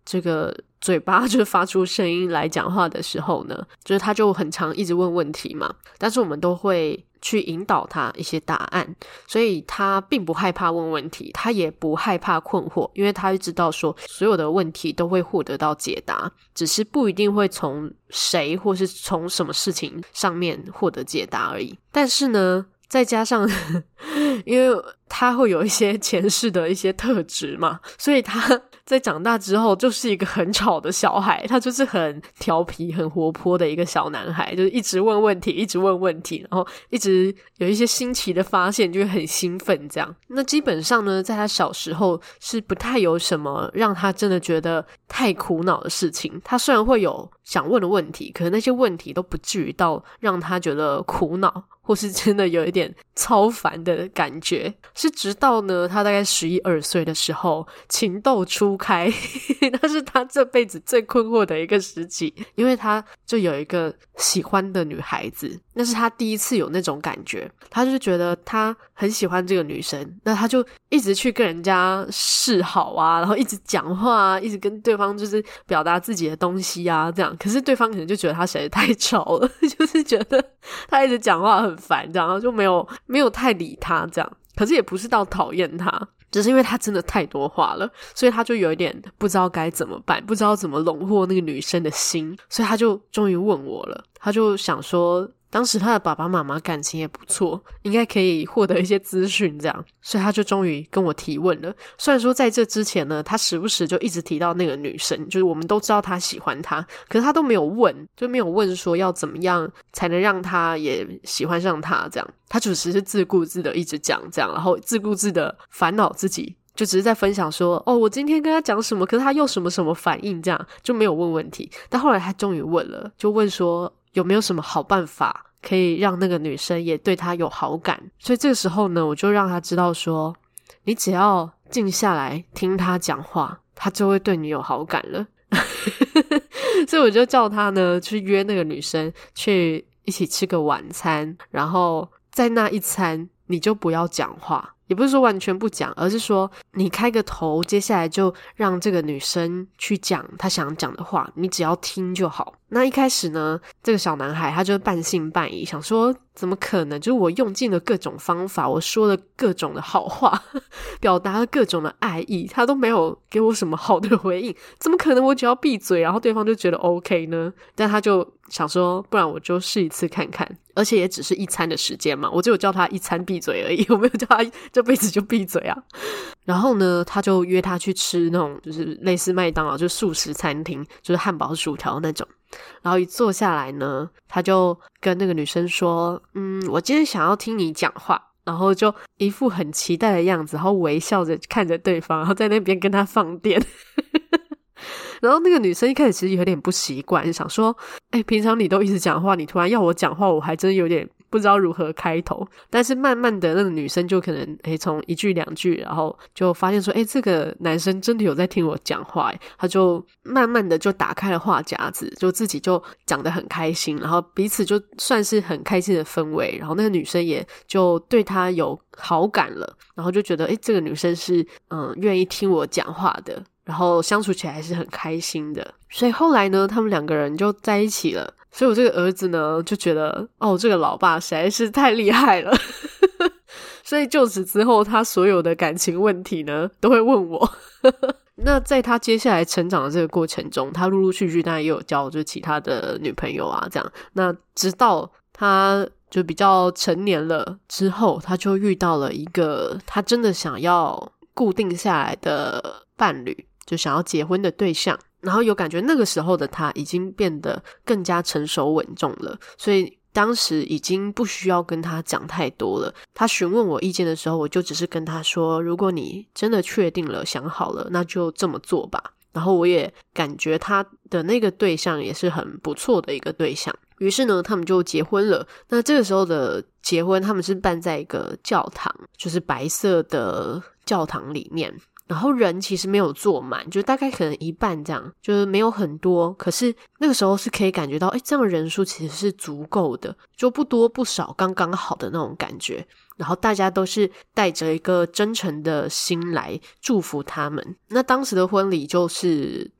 这个嘴巴就是发出声音来讲话的时候呢，就是他就很常一直问问题嘛，但是我们都会去引导他一些答案，所以他并不害怕问问题，他也不害怕困惑，因为他知道说所有的问题都会获得到解答，只是不一定会从谁或是从什么事情上面获得解答而已。但是呢再加上因为他会有一些前世的一些特质嘛，所以他在长大之后就是一个很吵的小孩，他就是很调皮很活泼的一个小男孩，就是一直问问题一直问问题，然后一直有一些新奇的发现，就会很兴奋这样。那基本上呢在他小时候是不太有什么让他真的觉得太苦恼的事情，他虽然会有想问的问题，可是那些问题都不至于到让他觉得苦恼或是真的有一点超凡的感觉。是直到呢他大概11、12岁的时候情窦初开那是他这辈子最困惑的一个时期，因为他就有一个喜欢的女孩子，那是他第一次有那种感觉，他就觉得他很喜欢这个女生，那他就一直去跟人家示好啊，然后一直讲话啊，一直跟对方就是表达自己的东西啊这样，可是对方可能就觉得他实在是太吵了就是觉得他一直讲话很烦这样，然后就没有太理他这样，可是也不是到讨厌他，只是因为他真的太多话了，所以他就有一点不知道该怎么办，不知道怎么笼获那个女生的心，所以他就终于问我了，他就想说当时他的爸爸妈妈感情也不错，应该可以获得一些资讯这样，所以他就终于跟我提问了。虽然说在这之前呢他时不时就一直提到那个女生，就是我们都知道他喜欢她，可是他都没有问，就没有问说要怎么样才能让他也喜欢上他这样，他就只是自顾自的一直讲这样，然后自顾自的烦恼自己，就只是在分享说我今天跟他讲什么，可是他又什么什么反应这样，就没有问问题。但后来他终于问了，就问说有没有什么好办法可以让那个女生也对他有好感。所以这个时候呢我就让他知道说你只要静下来听他讲话，他就会对你有好感了所以我就叫他呢去约那个女生去一起吃个晚餐，然后在那一餐你就不要讲话，也不是说完全不讲，而是说你开个头，接下来就让这个女生去讲她想讲的话，你只要听就好。那一开始呢这个小男孩他就半信半疑，想说怎么可能，就是我用尽了各种方法，我说了各种的好话表达了各种的爱意，他都没有给我什么好的回应，怎么可能我只要闭嘴然后对方就觉得 OK 呢？但他就想说不然我就试一次看看，而且也只是一餐的时间嘛，我只有叫他一餐闭嘴而已，我没有叫他这辈子就闭嘴啊。然后呢他就约他去吃那种就是类似麦当劳，就是素食餐厅，就是汉堡薯条那种。然后一坐下来呢他就跟那个女生说我今天想要听你讲话，然后就一副很期待的样子，然后微笑着看着对方，然后在那边跟他放电然后那个女生一开始其实有点不习惯，想说平常你都一直讲话，你突然要我讲话，我还真有点不知道如何开头。但是慢慢的那个女生就可能从一句两句，然后就发现说这个男生真的有在听我讲话，他就慢慢的就打开了话匣子，就自己就讲得很开心，然后彼此就算是很开心的氛围，然后那个女生也就对他有好感了，然后就觉得这个女生是愿意听我讲话的，然后相处起来是很开心的。所以后来呢他们两个人就在一起了。所以我这个儿子呢就觉得这个老爸实在是太厉害了所以就此之后他所有的感情问题呢都会问我那在他接下来成长的这个过程中，他陆陆续续当然也有交就是其他的女朋友啊这样，那直到他就比较成年了之后，他就遇到了一个他真的想要固定下来的伴侣，就想要结婚的对象。然后有感觉那个时候的他已经变得更加成熟稳重了，所以当时已经不需要跟他讲太多了。他询问我意见的时候，我就只是跟他说如果你真的确定了想好了那就这么做吧。然后我也感觉他的那个对象也是很不错的一个对象，于是呢他们就结婚了。那这个时候的结婚他们是办在一个教堂，就是白色的教堂里面，然后人其实没有坐满，就大概可能一半这样，就是没有很多，可是那个时候是可以感觉到这样的人数其实是足够的，就不多不少，刚刚好的那种感觉。然后大家都是带着一个真诚的心来祝福他们。那当时的婚礼就是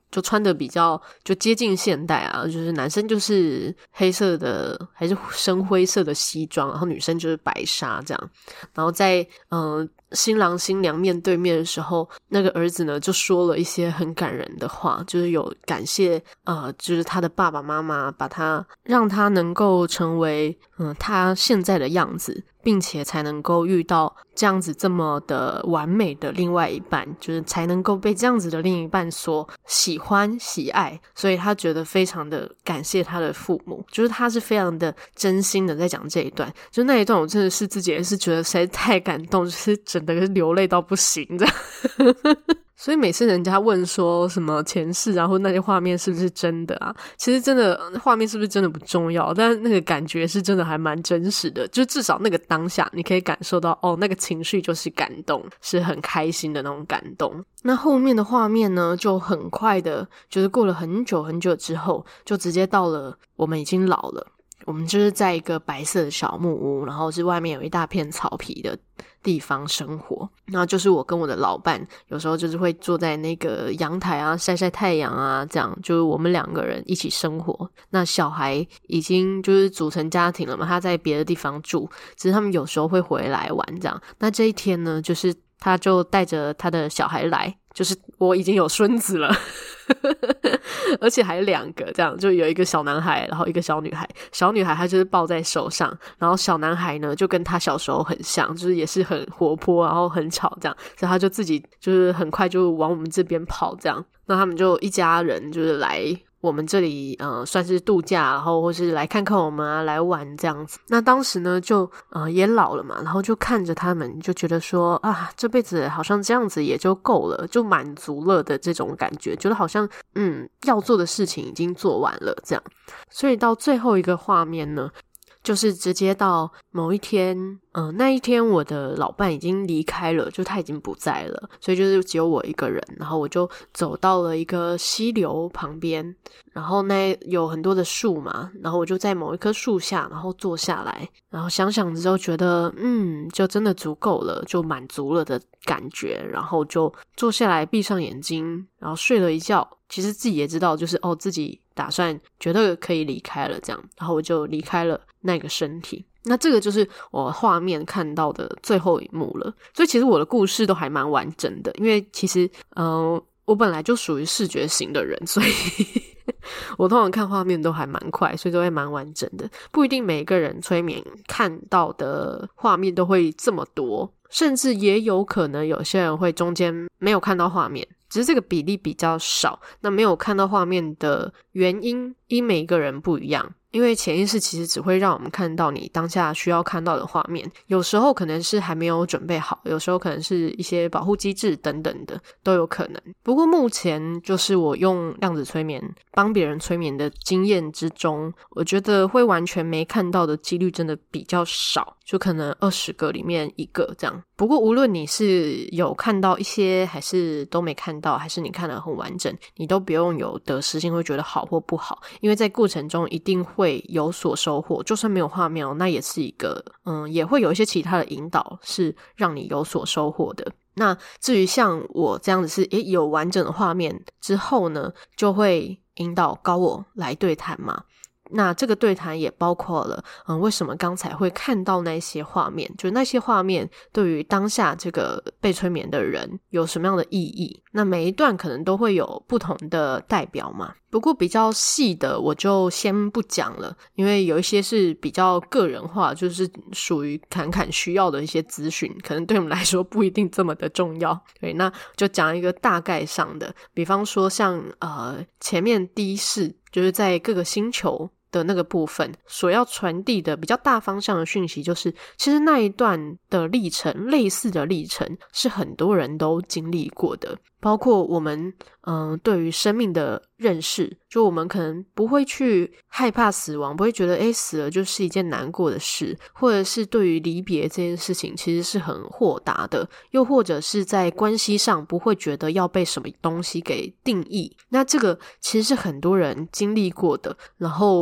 就穿的比较就接近现代啊，就是男生就是黑色的还是深灰色的西装，然后女生就是白纱这样。然后在新郎新娘面对面的时候，那个儿子呢就说了一些很感人的话，就是有感谢就是他的爸爸妈妈把他让他能够成为他现在的样子，并且才能够遇到这样子这么的完美的另外一半，就是才能够被这样子的另一半所喜欢喜爱，所以他觉得非常的感谢他的父母，就是他是非常的真心的在讲这一段。就那一段我真的是自己也是觉得实在太感动，就是真的是流泪到不行这样所以每次人家问说什么前世啊或那些画面是不是真的啊，其实真的画面是不是真的不重要，但那个感觉是真的还蛮真实的，就至少那个当下你可以感受到那个情绪就是感动，是很开心的那种感动。那后面的画面呢就很快的，就是过了很久很久之后，就直接到了我们已经老了，我们就是在一个白色的小木屋，然后是外面有一大片草皮的地方生活。那就是我跟我的老伴有时候就是会坐在那个阳台啊晒晒太阳啊，这样就是我们2个人一起生活。那小孩已经就是组成家庭了嘛，他在别的地方住，只是他们有时候会回来玩这样。那这一天呢，就是他就带着他的小孩来，就是我已经有孙子了而且还2个这样，就有一个小男孩然后一个小女孩。小女孩她就是抱在手上，然后小男孩呢就跟他小时候很像，就是也是很活泼然后很吵这样，所以他就自己就是很快就往我们这边跑这样。那他们就一家人就是来我们这里算是度假，然后或是来看看我们啊，来玩这样子。那当时呢就也老了嘛，然后就看着他们就觉得说啊，这辈子好像这样子也就够了，就满足了的这种感觉，觉得好像要做的事情已经做完了这样。所以到最后一个画面呢，就是直接到某一天那一天我的老伴已经离开了，就他已经不在了，所以就是只有我一个人。然后我就走到了一个溪流旁边，然后那有很多的树嘛，然后我就在某一棵树下然后坐下来，然后想想之后觉得就真的足够了，就满足了的感觉，然后就坐下来闭上眼睛，然后睡了一觉。其实自己也知道就是自己打算觉得可以离开了这样，然后我就离开了那个身体。那这个就是我画面看到的最后一幕了。所以其实我的故事都还蛮完整的，因为其实我本来就属于视觉型的人，所以我通常看画面都还蛮快，所以都会蛮完整的。不一定每个人催眠看到的画面都会这么多，甚至也有可能有些人会中间没有看到画面，只是这个比例比较少。那没有看到画面的原因因每一个人不一样，因为潜意识其实只会让我们看到你当下需要看到的画面，有时候可能是还没有准备好，有时候可能是一些保护机制等等的都有可能。不过目前就是我用量子催眠帮别人催眠的经验之中，我觉得会完全没看到的几率真的比较少，就可能20个里面1个这样。不过无论你是有看到一些还是都没看到，还是你看得很完整，你都不用有得失心会觉得好或不好，因为在过程中一定会有所收获，就算没有画面那也是一个也会有一些其他的引导是让你有所收获的。那至于像我这样子是有完整的画面之后呢，就会引导高我来对谈嘛。那这个对谈也包括了为什么刚才会看到那些画面，就那些画面对于当下这个被催眠的人有什么样的意义。那每一段可能都会有不同的代表嘛，不过比较细的我就先不讲了，因为有一些是比较个人化，就是属于侃侃需要的一些资讯，可能对我们来说不一定这么的重要。对，那就讲一个大概上的，比方说像前面第一世就是在各个星球的那个部分所要传递的比较大方向的讯息，就是其实那一段的历程，类似的历程是很多人都经历过的，包括我们对于生命的认识，就我们可能不会去害怕死亡，不会觉得死了就是一件难过的事，或者是对于离别这件事情其实是很豁达的，又或者是在关系上不会觉得要被什么东西给定义。那这个其实是很多人经历过的，然后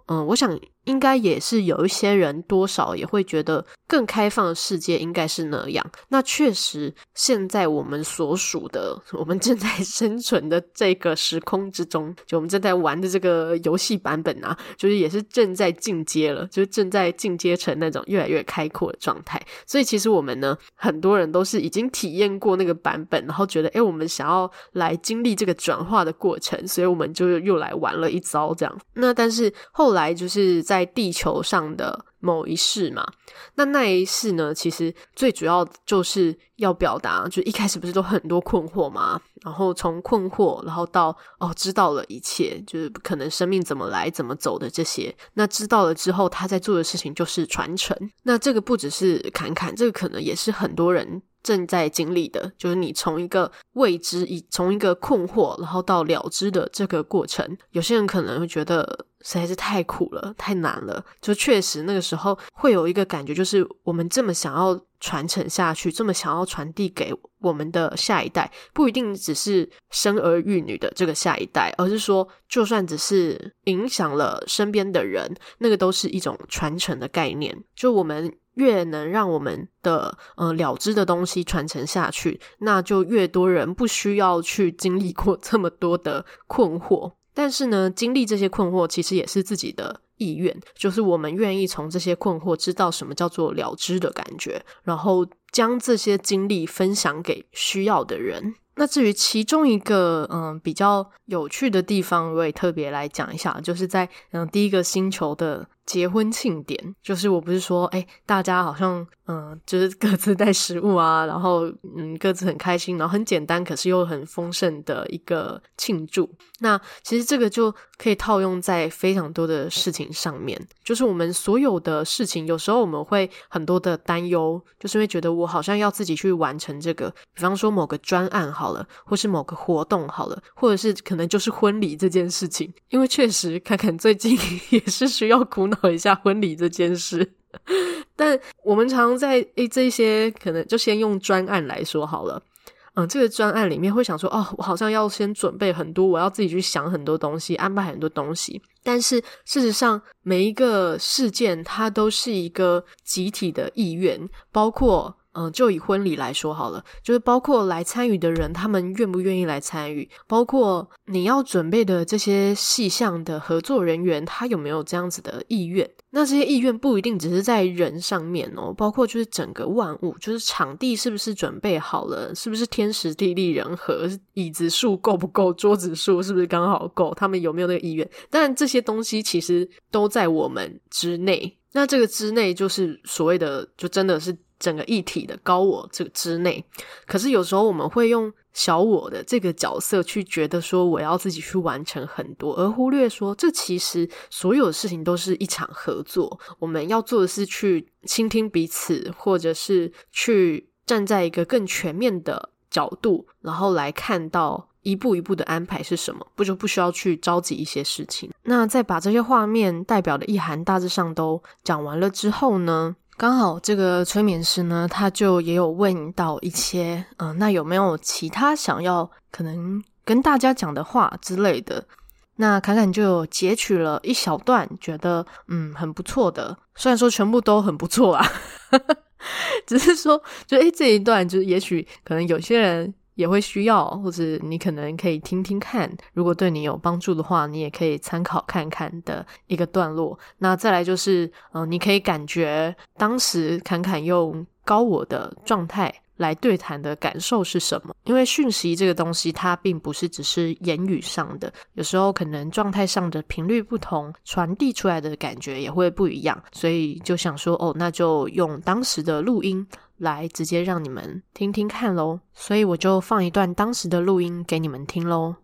我想应该也是有一些人多少也会觉得更开放的世界应该是那样。那确实现在我们所属的，我们正在生存的这个时空之中，就我们正在玩的这个游戏版本啊，就是也是正在进阶了，就是正在进阶成那种越来越开阔的状态。所以其实我们呢，很多人都是已经体验过那个版本，然后觉得我们想要来经历这个转化的过程，所以我们就又来玩了一遭这样。那但是后来就是在地球上的某一世嘛，那一世呢，其实最主要就是要表达，就一开始不是都很多困惑嘛，然后从困惑然后到知道了一切，就是可能生命怎么来怎么走的这些，那知道了之后他在做的事情就是传承。那这个不只是侃侃，这个可能也是很多人正在经历的，就是你从一个未知，从一个困惑然后到了知的这个过程。有些人可能会觉得实在是太苦了，太难了，就确实那个时候会有一个感觉，就是我们这么想要传承下去，这么想要传递给我们的下一代，不一定只是生儿育女的这个下一代，而是说就算只是影响了身边的人，那个都是一种传承的概念。就我们越能让我们的了知的东西传承下去，那就越多人不需要去经历过这么多的困惑。但是呢，经历这些困惑其实也是自己的意愿，就是我们愿意从这些困惑知道什么叫做了知的感觉，然后将这些经历分享给需要的人。那至于其中一个比较有趣的地方，我也特别来讲一下，就是在第一个星球的结婚庆典，就是我不是说大家好像就是各自带食物啊，然后各自很开心，然后很简单可是又很丰盛的一个庆祝。那其实这个就可以套用在非常多的事情上面，就是我们所有的事情，有时候我们会很多的担忧，就是会觉得我好像要自己去完成这个，比方说某个专案好了，或是某个活动好了，或者是可能就是婚礼这件事情，因为确实侃侃最近也是需要苦恼一下婚礼这件事。但我们常在这些可能就先用专案来说好了，这个专案里面会想说我好像要先准备很多，我要自己去想很多东西，安排很多东西。但是事实上每一个事件它都是一个集体的意愿，包括就以婚礼来说好了，就是包括来参与的人他们愿不愿意来参与，包括你要准备的这些细项的合作人员他有没有这样子的意愿。那这些意愿不一定只是在人上面包括就是整个万物，就是场地是不是准备好了，是不是天时地利人和，椅子数够不够，桌子数是不是刚好够，他们有没有那个意愿。当然这些东西其实都在我们之内，那这个之内就是所谓的就真的是整个一体的高我这个之内。可是有时候我们会用小我的这个角色去觉得说我要自己去完成很多，而忽略说这其实所有的事情都是一场合作，我们要做的是去倾听彼此，或者是去站在一个更全面的角度，然后来看到一步一步的安排是什么，不需要去着急一些事情。那在把这些画面代表的意涵大致上都讲完了之后呢，刚好这个催眠师呢他就也有问到一些那有没有其他想要可能跟大家讲的话之类的。那侃侃就有截取了一小段觉得很不错的，虽然说全部都很不错啦只是说就这一段就是也许可能有些人也会需要，或者你可能可以听听看，如果对你有帮助的话你也可以参考看看的一个段落。那再来就是你可以感觉当时侃侃用高我的状态来对谈的感受是什么，因为讯息这个东西它并不是只是言语上的，有时候可能状态上的频率不同，传递出来的感觉也会不一样，所以就想说那就用当时的录音来直接让你们听听看咯。所以我就放一段当时的录音给你们听咯。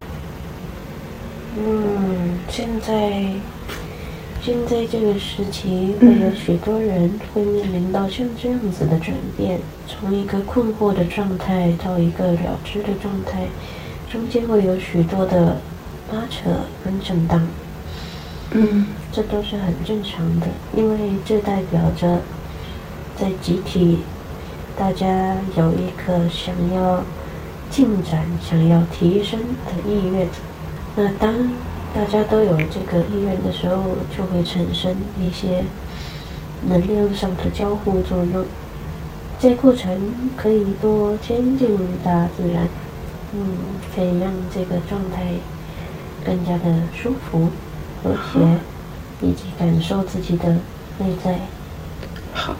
现在这个时期会有许多人会面临到像这样子的转变，从一个困惑的状态到一个了知的状态，中间会有许多的拉扯跟震荡。这都是很正常的，因为这代表着在集体大家有一个想要进展想要提升的意愿。那当大家都有这个意愿的时候，就会产生一些能量上的交互作用。这过程可以多亲近大自然，可以让这个状态更加的舒服、和谐，以及感受自己的内在。 好，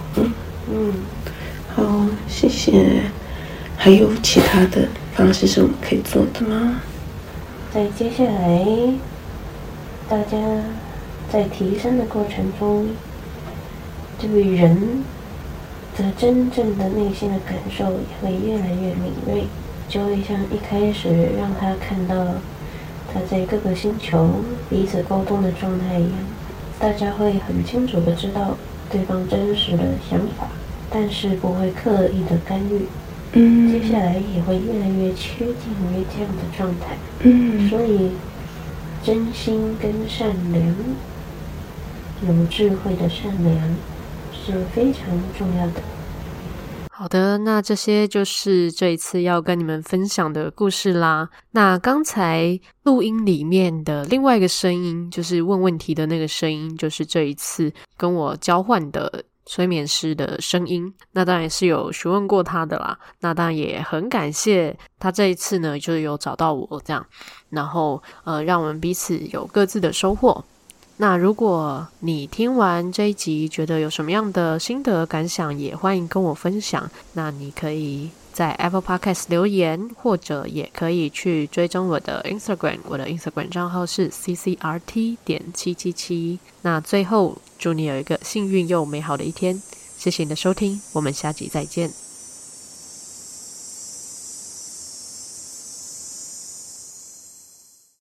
好，谢谢。还有其他的方式是我们可以做的吗？ 在接下来，大家在提升的过程中，对于人的真正的内心的感受也会越来越敏锐，就会像一开始让他看到他在各个星球彼此沟通的状态一样，大家会很清楚的知道对方真实的想法，但是不会刻意的干预。接下来也会越来越趋近于这样的状态。所以真心跟善良，有智慧的善良是非常重要的。 好的，那这些就是这一次要跟你们分享的故事啦。那刚才录音里面的另外一个声音，就是问问题的那个声音，就是这一次跟我交换的催眠师的声音。那当然是有询问过他的啦，那当然也很感谢他这一次呢，就是有找到我这样，然后让我们彼此有各自的收获。那如果你听完这一集觉得有什么样的心得感想，也欢迎跟我分享。那你可以在 Apple Podcast 留言，或者也可以去追踪我的 Instagram， 我的 Instagram 账号是 ccrt.777。那最后祝你有一个幸运又美好的一天，谢谢你的收听，我们下集再见。